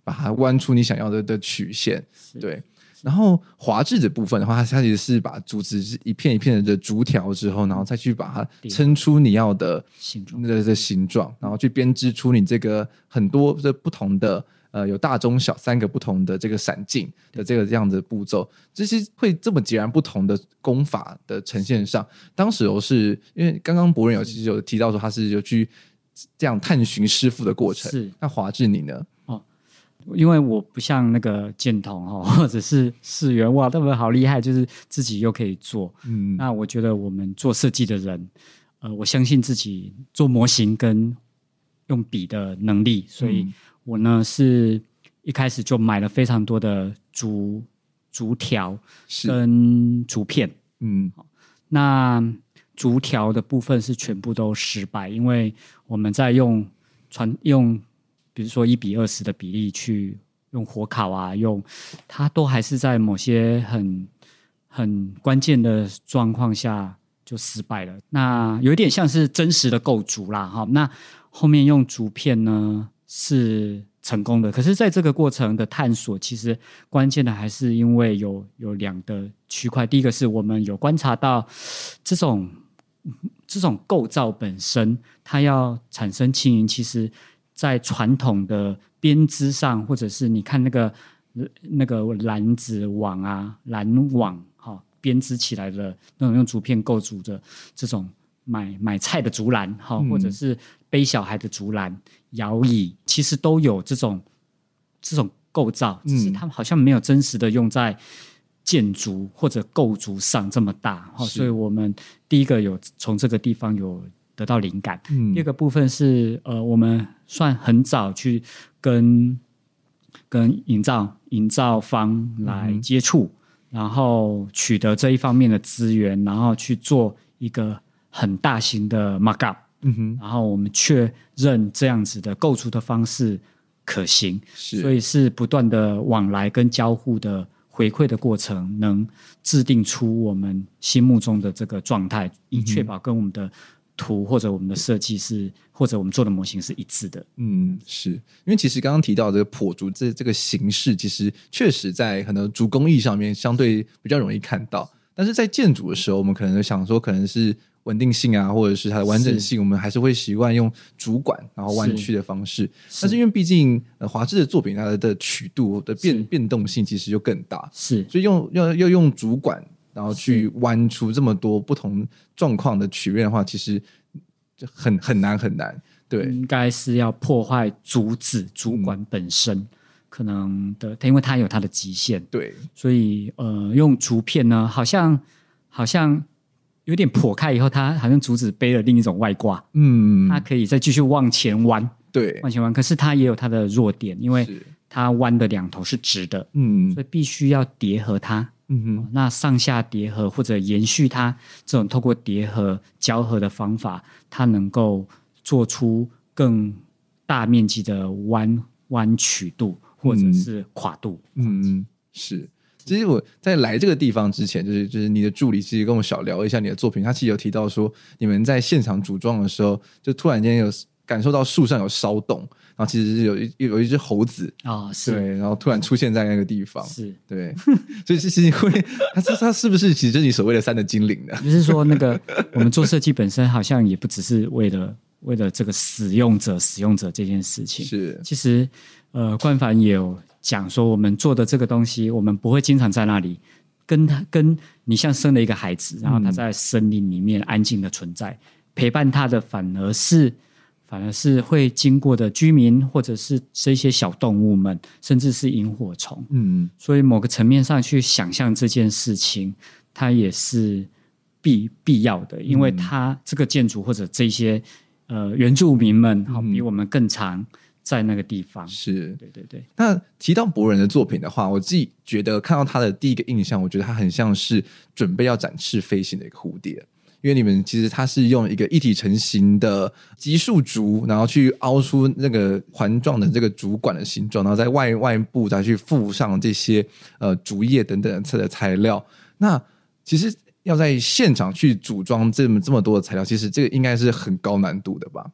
把它弯出你想要的的曲线。对，然后滑制的部分的话，它其实是把竹子一片一片的竹条之后，然后再去把它撑出你要的形状的的形状，然后去编织出你这个很多的不同的呃有大中小三个不同的这个闪镜的这个这样的步骤，这些会这么截然不同的功法的呈现上，当时我是因为刚刚博仁有其实有提到说他是有去这样探寻师傅的过程，是那华志你呢？ 因为我不像那个建同、哦、或者是世元，哇他们好厉害，就是自己又可以做。嗯，那我觉得我们做设计的人呃，我相信自己做模型跟用笔的能力，所以我呢是一开始就买了非常多的竹竹条跟竹片。嗯，那竹条的部分是全部都失败，因为我们在用传用比如说一比二十的比例去用火烤啊，用它都还是在某些很很关键的状况下就失败了。那有一点像是真实的构筑啦，哈。那后面用竹片呢是成功的，可是在这个过程的探索，其实关键的还是因为有有两个区块。第一个是我们有观察到这种这种构造本身，它要产生轻盈，其实在传统的编织上，或者是你看那个那个篮子网啊、篮网哈、哦，编织起来的那种用竹片构筑的这种买买菜的竹篮哈、哦，或者是背小孩的竹篮、摇椅，其实都有这种这种构造，只是他们好像没有真实的用在建筑或者构筑上这么大。哦、所以我们第一个有从这个地方有得到灵感。嗯、第二个部分是呃，我们算很早去跟跟营造营造方来接触、嗯，然后取得这一方面的资源，然后去做一个很大型的 mock up。嗯哼，然后我们确认这样子的构筑的方式可行，所以是不断的往来跟交互的回馈的过程，能制定出我们心目中的这个状态，以确保跟我们的图或者我们的设计是或者我们做的模型是一致的。 嗯，是因为其实刚刚提到这个破竹这这个形式，其实确实在很多竹工艺上面相对比较容易看到，但是在建筑的时候，我们可能想说可能是稳定性啊，或者是它的完整性，我们还是会习惯用竹管然后弯曲的方式。是，但是因为毕竟呃华志的作品它的曲度的变变动性其实就更大，是，所以用要要用竹管然后去弯出这么多不同状况的曲面的话，其实就很很难很难。对， 应该是要破坏竹子竹管本身、嗯、可能的，因为它有它的极限。对，所以呃，用竹片呢，好像好像有点破开以后，它好像竹子背了另一种外挂。嗯，它可以再继续往前弯。对，往前弯，可是它也有它的弱点，因为它弯的两头是直的。嗯，所以必须要叠合它。嗯哼，那上下叠合或者延续它这种透过叠合交合的方法，它能够做出更大面积的弯弯曲度或者是跨度。 嗯嗯，是。其实我在来这个地方之前，就是就是你的助理其实跟我小聊一下你的作品，他其实有提到说你们在现场组装的时候，就突然间有感受到树上有骚动，然后其实是有一有一只猴子啊、哦，是，对，然后突然出现在那个地方，是，对，所以其实会，它它是不是其实就是你所谓的山的精灵呢？ 就是说，那个我们做设计本身好像也不只是为了为了这个使用者使用者这件事情，是，其实呃，冠凡也有讲说，我们做的这个东西，我们不会经常在那里，跟他跟你像生了一个孩子，然后他在森林里面安静的存在，嗯、陪伴他的反而是。反而是会经过的居民，或者是这些小动物们，甚至是萤火虫。嗯，所以某个层面上去想象这件事情，它也是必必要的，因为它这个建筑或者这些呃原住民们，好、嗯、比我们更常在那个地方。是，对对对。 那提到博仁的作品的话，我自己觉得看到他的第一个印象，我觉得他很像是准备要展翅飞行的一个蝴蝶。因为你们其实它是用一个一体成型的奇树竹，然后去凹出那个环状的这个竹管的形状，然后在外外部再去附上这些呃竹叶等等的材料。那其实要在现场去组装这么这么多的材料，其实这个应该是很高难度的吧？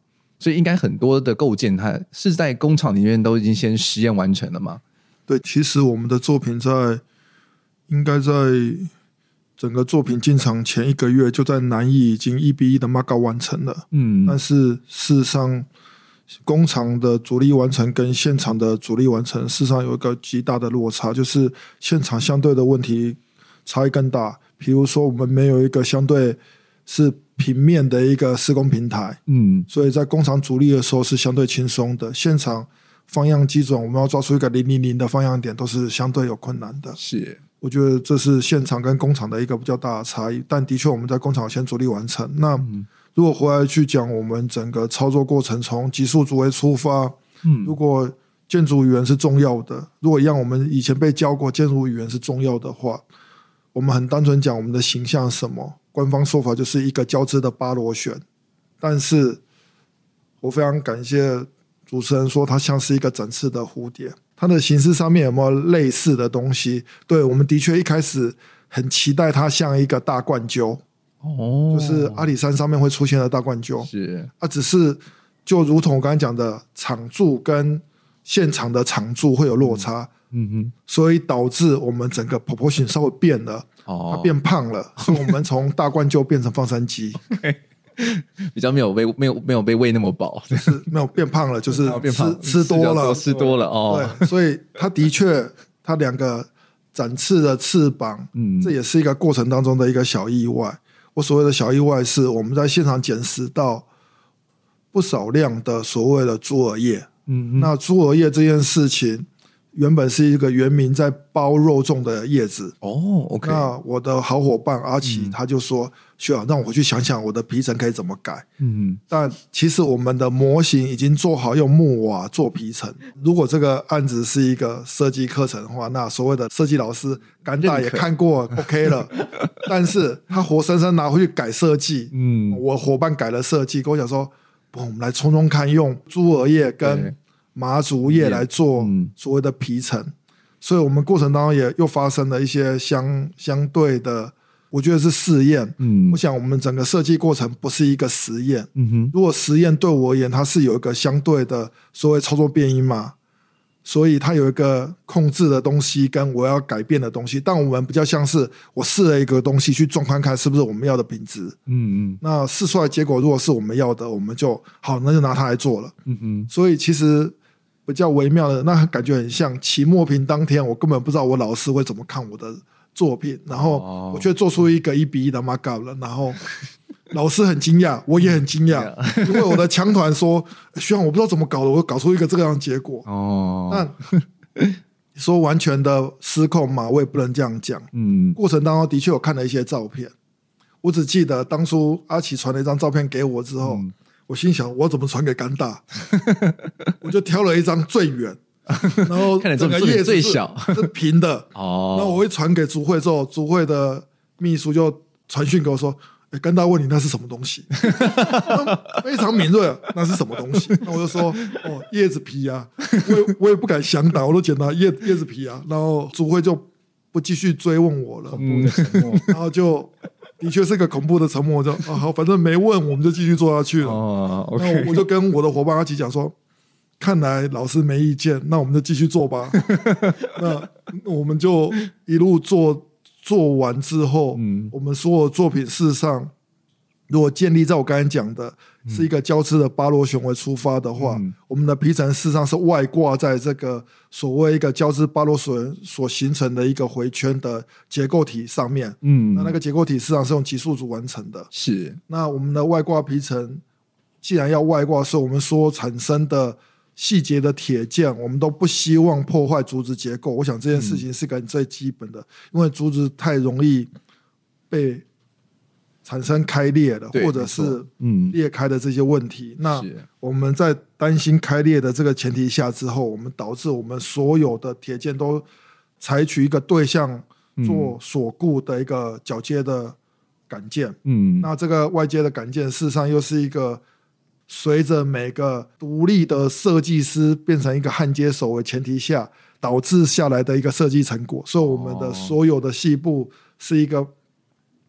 所以应该很多的构件它是在工厂里面都已经先实验完成了吗？ 对，其实我们的作品在应该在整个作品进场前一个月就在南艺已经一比一的 mock up 完成了。嗯，但是事实上工厂的主力完成跟现场的主力完成事实上有一个极大的落差，就是现场相对的问题差异更大。比如说我们没有一个相对是平面的一个施工平台，嗯，所以在工厂主力的时候是相对轻松的，现场放样基准我们要抓出一个零零零的放样点都是相对有困难的。 是， 我觉得这是现场跟工厂的一个比较大的差异，但的确我们在工厂先主力完成。那如果回来去讲我们整个操作过程，从级数组为出发，嗯，如果建筑语言是重要的，如果一样我们以前被教过建筑语言是重要的话，我们很单纯讲我们的形象是什么，官方说法就是一个交织的八螺旋，但是我非常感谢主持人说它像是一个整翅的蝴蝶，它的形式上面有没有类似的东西？对，我们的确一开始很期待它像一个大冠鸠，哦，就是阿里山上面会出现的大冠鸠， 是啊，只是就如同我刚才讲的，场柱跟现场的场柱会有落差，嗯哼，所以导致我们整个 proportion 稍微变了，哦，它变胖了，所以我们从大冠鸠变成放山鸡。 比较没有被没有没有被喂那么饱， 就是没有变胖了，就是吃吃多了， 吃多了哦。 对，所以它的确，它两个展翅的翅膀，嗯，这也是一个过程当中的一个小意外。我所谓的小意外是我们在现场捡拾到不少量的所谓的猪耳叶，嗯，那猪耳叶这件事情。原本是一个原名在包肉粽的叶子哦 ，OK。 那我的好伙伴阿奇、嗯、他就说：“学长，让我回去想想我的皮层可以怎么改。”嗯，但其实我们的模型已经做好，用木瓦做皮层。如果这个案子是一个设计课程的话，那所谓的设计老师甘大也看过 ，OK 了。但是他活生生拿回去改设计，嗯，我伙伴改了设计，跟我讲说：“不，我们来冲冲看，用猪耳叶跟。”麻竹叶来做所谓的皮层、嗯、所以我们过程当中也又发生了一些相相对的，我觉得是试验。嗯，我想我们整个设计过程不是一个实验。嗯哼，如果实验对我而言，它是有一个相对的所谓操作变因嘛，所以它有一个控制的东西跟我要改变的东西。但我们比较像是我试了一个东西去撞看看是不是我们要的品质。嗯嗯，那试出来结果如果是我们要的，我们就好，那就拿它来做了。嗯哼，所以其实。比较微妙的，那感觉很像期末评当天，我根本不知道我老师会怎么看我的作品，然后我却做出一个一比一的 mock up 了，然后老师很惊讶，我也很惊讶，因为我的强团说，学长我不知道怎么搞的，我搞出一个这个样的结果。哦，那说完全的失控嘛，我也不能这样讲。嗯，过程当中的确有看了一些照片，我只记得当初阿奇传了一张照片给我之后。嗯，我心想我怎么传给甘大我就挑了一张最远然后整个叶子最小是平的哦，然后我会传给竹会之后，竹会的秘书就传讯给我说：“哎，甘大问你那是什么东西？”非常敏锐，那是什么东西？那我就说：“哦，叶子皮啊。”我也我也不敢详答，我都简答叶叶子皮啊。然后竹会就不继续追问我了，嗯、然后就。的确是个恐怖的沉默，我就啊好，反正没问，我们就继续做下去了。哦 okay、那我就跟我的伙伴阿奇讲说，看来老师没意见，那我们就继续做吧。那我们就一路做做完之后，嗯、我们所有作品事实上，如果建立在我刚才讲的是一个交织的八螺旋为出发的话，嗯、我们的皮层事实上是外挂在这个所谓一个交织八螺旋所形成的一个回圈的结构体上面。嗯，那那个结构体事实上是用级数组完成的。 是， 那我们的外挂皮层既然要外挂，所以我们所产生的细节的铁件，我们都不希望破坏竹子结构。我想这件事情是个最基本的，嗯、因为竹子太容易被产生开裂的，或者是裂开的这些问题。嗯、那我们在担心开裂的这个前提下之后，我们导致我们所有的铁件都采取一个对向做锁固的一个铰接的杆件。嗯，那这个外接的杆件事实上又是一个随着每个独立的设计师变成一个焊接手为前提下导致下来的一个设计成果。所以我们的所有的细部是一个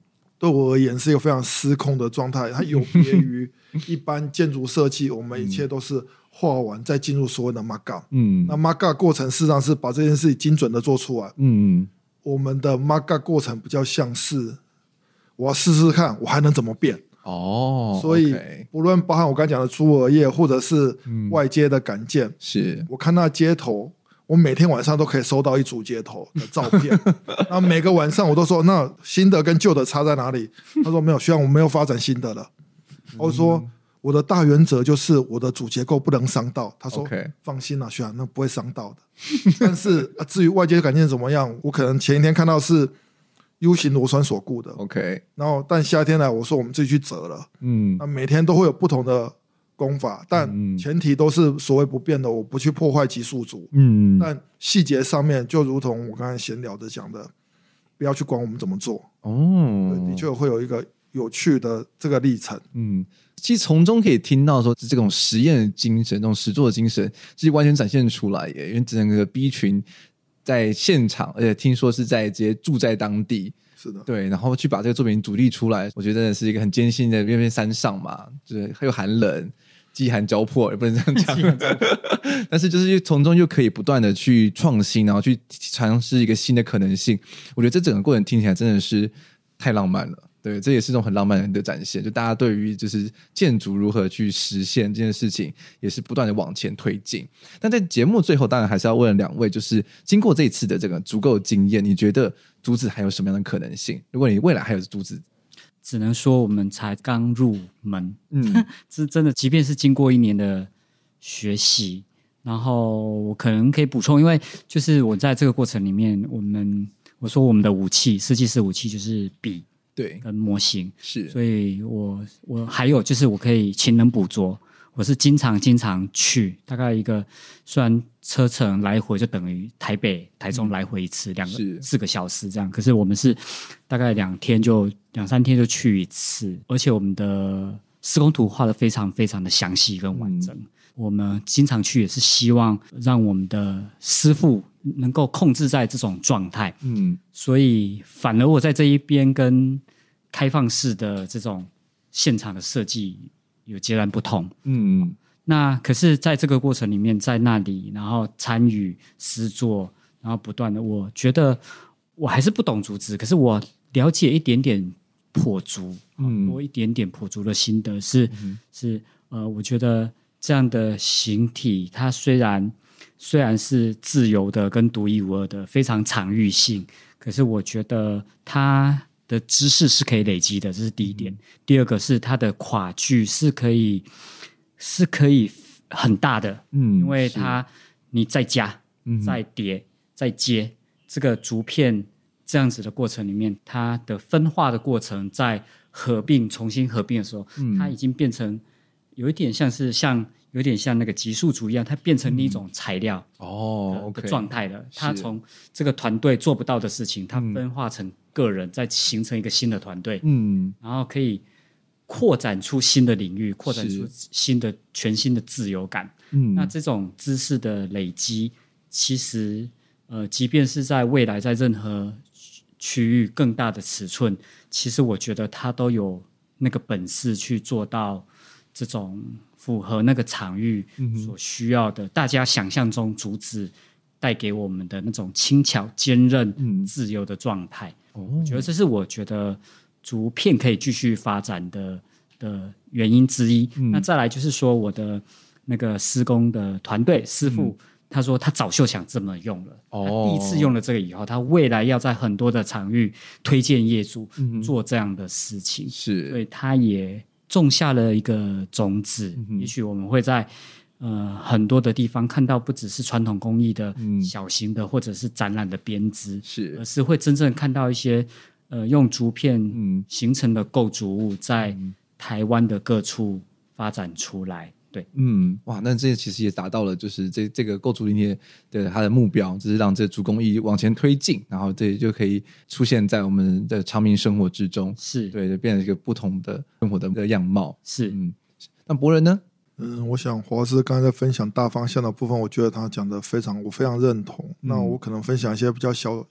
对我而言是一个非常失控的状态，它有别于一般建筑设计，我们一切都是画完再进入所谓的 markup。嗯，那 markup 过程事实上是把这件事情精准的做出来。嗯，我们的 markup 过程比较像是我要试试看，我还能怎么变。哦，所以不论包含我刚才讲的猪额叶，或者是外接的杆件，嗯、是我看到街头。我每天晚上都可以收到一组街头的照片，然后每个晚上我都说，那新的跟旧的差在哪里？他说没有，学长我没有发展新的了。我说我的大原则就是我的主结构不能伤到。他说、okay. 放心啦、啊，学长那不会伤到的。但是、啊、至于外接感件怎么样，我可能前一天看到是 U 型螺栓锁固的 ，OK， 然后但夏天来我说我们自己去折了，嗯，那每天都会有不同的功法，但前提都是所谓不变的，我不去破坏级数组。嗯，但细节上面就如同我刚才闲聊的讲的，不要去管我们怎么做。哦，的确会有一个有趣的这个历程。嗯， 其实从中可以听到说这种实验的精神，这种实作的精神，其实完全展现出来耶。因为整个 B 群在现场，而且听说是在直接住在当地。 是的， 对，然后去把这个作品主力出来，我觉得真的是一个很艰辛的，因为山上嘛，就是又寒冷。饥寒交迫也不能这样讲，但是就是从中又可以不断的去创新，然后去尝试一个新的可能性。我觉得这整个过程听起来真的是太浪漫了，对，这也是一种很浪漫的展现。就大家对于就是建筑如何去实现这件事情，也是不断的往前推进。但在节目最后，当然还是要问两位，就是经过这一次的这个足够的经验，你觉得竹子还有什么样的可能性？如果你未来还有竹子。 只能说我们才刚入门，嗯，是真的。即便是经过一年的学习，然后我可能可以补充，因为就是我在这个过程里面，我们我说我们的武器，设计师武器就是笔， 对， 跟模型是， 所以我我还有就是我可以勤能补拙。我是经常经常去，大概一个虽然车程来回就等于台北、台中来回一次，两、嗯、个四个小时这样。可是我们是大概两天就两三天就去一次，而且我们的施工图画得非常非常的详细跟完整。嗯、我们经常去也是希望让我们的师傅能够控制在这种状态。嗯，所以反而我在这一边跟开放式的这种现场的设计。有截然不同，嗯，那可是在这个过程里面，在那里，然后参与实作，然后不断的，我觉得我还是不懂竹子，可是我了解一点点跛竹，嗯，多一点点跛竹的心得是、嗯、是呃，我觉得这样的形体，它虽然虽然是自由的跟独一无二的，非常场域性，可是我觉得它。的知识是可以累积的，这是第一点。嗯、第二个是它的跨距是可以是可以很大的，嗯，因为它你再加、嗯、再叠、再接这个竹片这样子的过程里面，它的分化的过程在合并重新合并的时候，嗯、它已经变成有一点像是像有点像那个级数竹一样，它变成一种材料哦的状态了。它从这个团队做不到的事情，它分化成个人，再形成一个新的团队，嗯，然后可以扩展出新的领域，扩展出新的全新的自由感。嗯，那这种知识的累积，其实呃，即便是在未来在任何区域更大的尺寸，其实我觉得它都有那个本事去做到这种符合那个场域所需要的，嗯、大家想象中竹子带给我们的那种轻巧、坚韧、嗯、自由的状态。哦、我觉得这是我觉得竹片可以继续发展的的原因之一。嗯、那再来就是说，我的那个施工的团队师傅，嗯、他说他早就想这么用了。哦、他第一次用了这个以后，他未来要在很多的场域推荐业主做这样的事情，是、嗯，所以他也种下了一个种子。嗯、也许我们会在呃很多的地方看到，不只是传统工艺的小型的、嗯、或者是展览的编织，是，而是会真正看到一些呃用竹片形成的构筑物在台湾的各处发展出来。对， 嗯，哇，那这其实也达到了，就是这这个构筑理念的它的目标，就是让这竹工艺往前推进，然后这就可以出现在我们的常民生活之中， 是对，就变成一个不同的生活的样貌。 是， 嗯，那博仁呢？ 嗯，我想华师刚才在分享大方向的部分，我觉得他讲的非常，我非常认同。嗯、那我可能分享一些比较小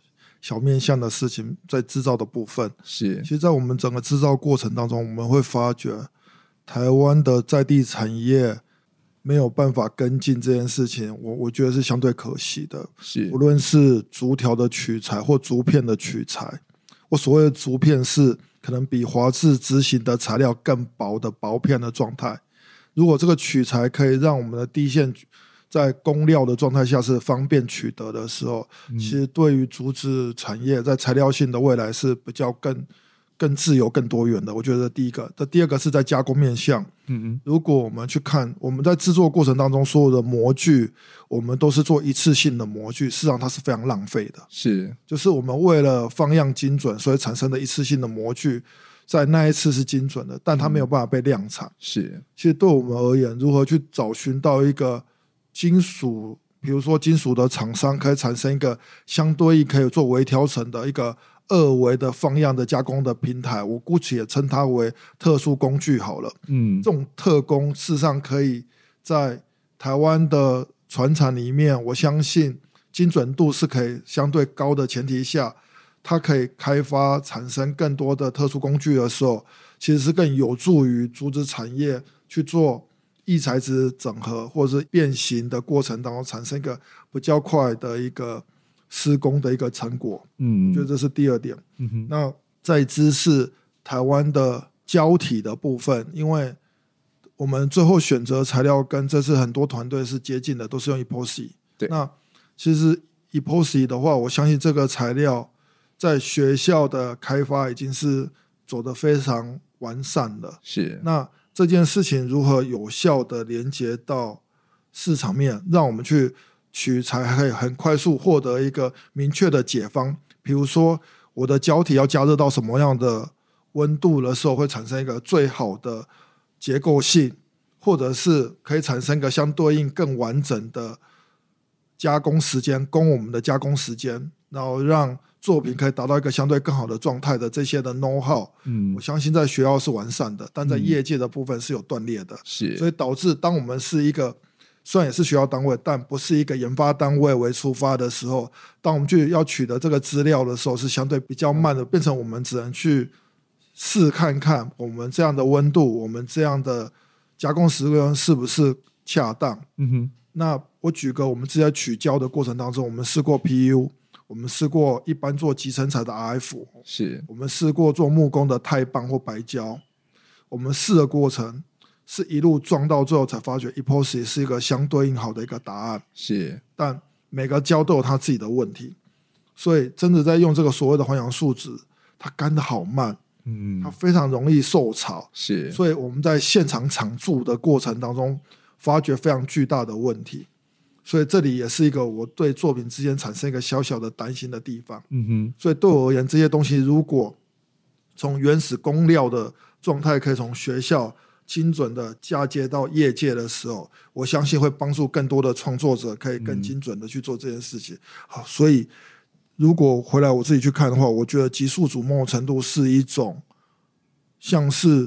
小面向的事情在制造的部分。 是， 其实在我们整个制造过程当中，我们会发觉台湾的在地产业没有办法跟进这件事情，我我觉得是相对可惜的。 是， 无论是竹条的取材或竹片的取材，我所谓的竹片是可能比华制执行的材料更薄的薄片的状态。如果这个取材可以让我们的第一线在供料的状态下是方便取得的时候，嗯、其实对于竹子产业在材料性的未来是比较更更自由、更多元的。我觉得第一个，这第二个是在加工面向。嗯，如果我们去看我们在制作过程当中所有的模具，我们都是做一次性的模具，事实上它是非常浪费的。 是， 就是我们为了放样精准，所以产生的一次性的模具。在那一次是精准的，但它没有办法被量产。嗯、 是， 其实对我们而言，如何去找寻到一个金属，比如说金属的厂商，可以产生一个相对应可以做微调成的一个二维的放样的加工的平台，我姑且也称它为特殊工具好了。嗯，这种特工事实上可以在台湾的传产里面，我相信精准度是可以相对高的前提下。它可以开发产生更多的特殊工具的时候，其实是更有助于竹子产业去做异材质整合或者是变形的过程当中产生一个比较快的一个施工的一个成果。嗯，我觉得这是第二点。嗯哼，那再之是台湾的胶体的部分，因为我们最后选择材料跟这次很多团队是接近的，都是用 epoxy。对，那其实 epoxy 的话，我相信这个材料。在学校的开发已经是走得非常完善了。是，那这件事情如何有效的连接到市场面，让我们去取材可以很快速获得一个明确的解方。比如说，我的胶体要加热到什么样的温度的时候，会产生一个最好的结构性，或者是可以产生一个相对应更完整的加工时间，供我们的加工时间，然后让作品可以达到一个相对更好的状态的这些的 know how， 嗯，我相信在学校是完善的，但在业界的部分是有断裂的，是、嗯，所以导致当我们是一个虽然也是学校单位，但不是一个研发单位为出发的时候，当我们去要取得这个资料的时候，是相对比较慢的，变成我们只能去试看看我们这样的温度，我们这样的加工时间是不是恰当。嗯哼，那我举个我们自己在取胶的过程当中，我们试过 P U。我们试过一般做集成材的 R F， 是我们试过做木工的钛棒或白胶，我们试的过程是一路撞到最后才发觉 epoxy 是一个相对应好的一个答案，是，但每个胶都有它自己的问题，所以真的在用这个所谓的环氧树脂，它干得好慢，嗯，它非常容易受潮，是，所以我们在现场场贮的过程当中发觉非常巨大的问题。所以这里也是一个我对作品之间产生一个小小的担心的地方。嗯哼，所以对我而言，这些东西如果从原始工料的状态可以从学校精准的嫁接到业界的时候，我相信会帮助更多的创作者可以更精准的去做这件事情。好，所以如果回来我自己去看的话，我觉得极速组某种程度是一种像是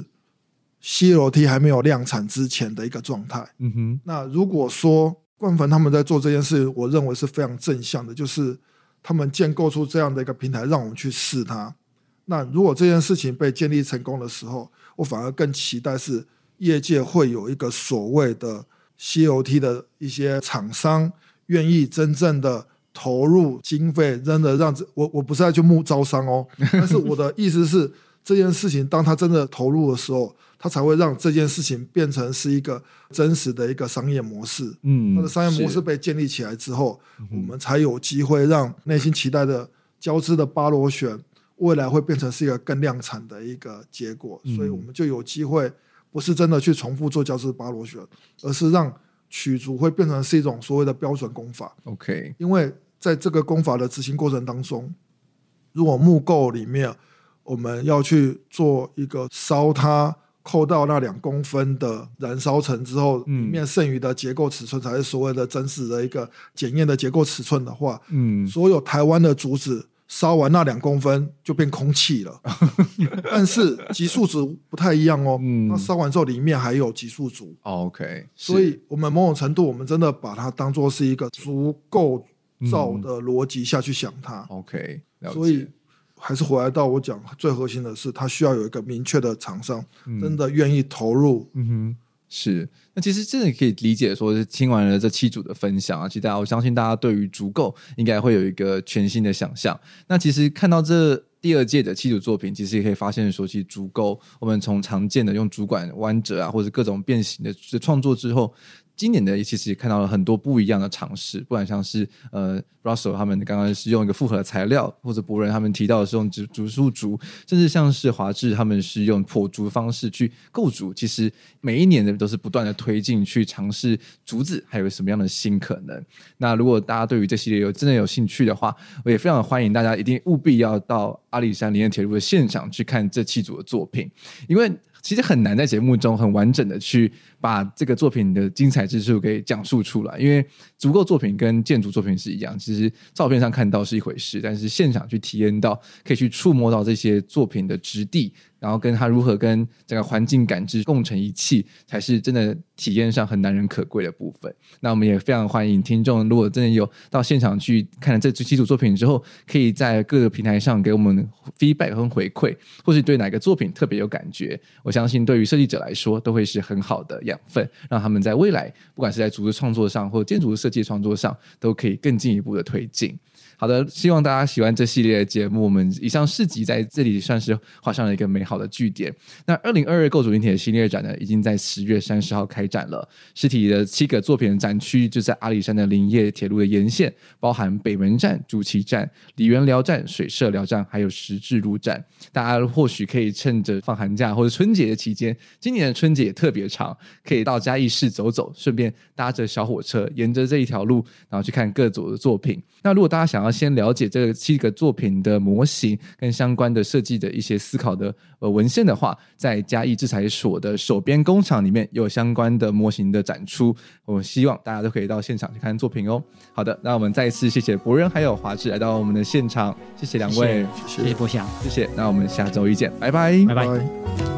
C L T还没有量产之前的一个状态。嗯哼，那如果说冠凡他们在做这件事，我认为是非常正向的，就是他们建构出这样的一个平台让我们去试它。那如果这件事情被建立成功的时候，我反而更期待是业界会有一个所谓的 C L T 的一些厂商愿意真正的投入经费，真的让我我不是在去募招商哦，但是我的意思是这件事情当他真的投入的时候，他才会让这件事情变成是一个真实的一个商业模式。嗯，它的商业模式被建立起来之后，我们才有机会让内心期待的交织的巴螺旋未来会变成是一个更量产的一个结果。嗯，所以我们就有机会不是真的去重复做交织巴螺旋，而是让取竹会变成是一种所谓的标准工法。 OK， 因为在这个工法的执行过程当中，如果木构里面我们要去做一个烧它扣到那两公分的燃烧层之后，里面剩余的结构尺寸才是所谓的真实的一个检验的结构尺寸的话，嗯，所有台湾的竹子烧完那两公分就变空气了。但是极速竹不太一样哦，嗯，那烧完之后里面还有极速竹。哦，OK， 所以我们某种程度我们真的把它当作是一个足够照的逻辑下去想它。 嗯、OK， 了解。 所以还是回来到我讲最核心的是，它需要有一个明确的厂商，嗯、真的愿意投入。 嗯哼，是。那其实真的可以理解说，听完了这七组的分享啊，其实大家我相信大家对于足够应该会有一个全新的想象。那其实看到这第二届的七组作品，其实也可以发现说，其实足够我们从常见的用主管弯折啊，或者各种变形的创作之后，今年的其实也看到了很多不一样的尝试，不管像是呃 Russell 他们刚刚是用一个复合的材料，或者博人他们提到的是用竹树竹，甚至像是华智他们是用破竹方式去构竹，其实每一年的都是不断的推进去尝试竹子还有什么样的新可能。那如果大家对于这系列有真的有兴趣的话，我也非常欢迎大家一定务必要到阿里山林业铁路的现场去看这七组的作品，因为其实很难在节目中很完整的去把这个作品的精彩之处给讲述出来，因为足够作品跟建筑作品是一样，其实照片上看到是一回事，但是现场去体验到，可以去触摸到这些作品的质地，然后跟它如何跟整个环境感知共成一气，才是真的体验上很难能可贵的部分。那我们也非常欢迎听众，如果真的有到现场去看了这七组作品之后，可以在各个平台上给我们 feedback 和回馈，或是对哪个作品特别有感觉，我相信对于设计者来说都会是很好的养分，让他们在未来不管是在组织创作上或建筑设计创作上都可以更进一步的推进。好的，希望大家喜欢这系列的节目，我们以上四集在这里算是画上了一个美好的句点。那二零二二构筑林铁的系列展呢，已经在十月三十号开展了，实体的七个作品的展区就在阿里山的林业铁路的沿线，包含北门站、竹崎站、梨园寮站、水社寮站还有十字路站。大家或许可以趁着放寒假或者春节的期间，今年的春节也特别长，可以到嘉义市走走，顺便搭着小火车沿着这一条路，然后去看各组的作品。那如果大家想要先了解这七个作品的模型跟相关的设计的一些思考的呃文献的话，在嘉义制裁所的手编工厂里面有相关的模型的展出，我希望大家都可以到现场去看作品哦。好的，那我们再一次谢谢博仁还有华智来到我们的现场，谢谢两位， 谢谢博翔， 谢谢。那我们下周一见，拜拜， 拜拜。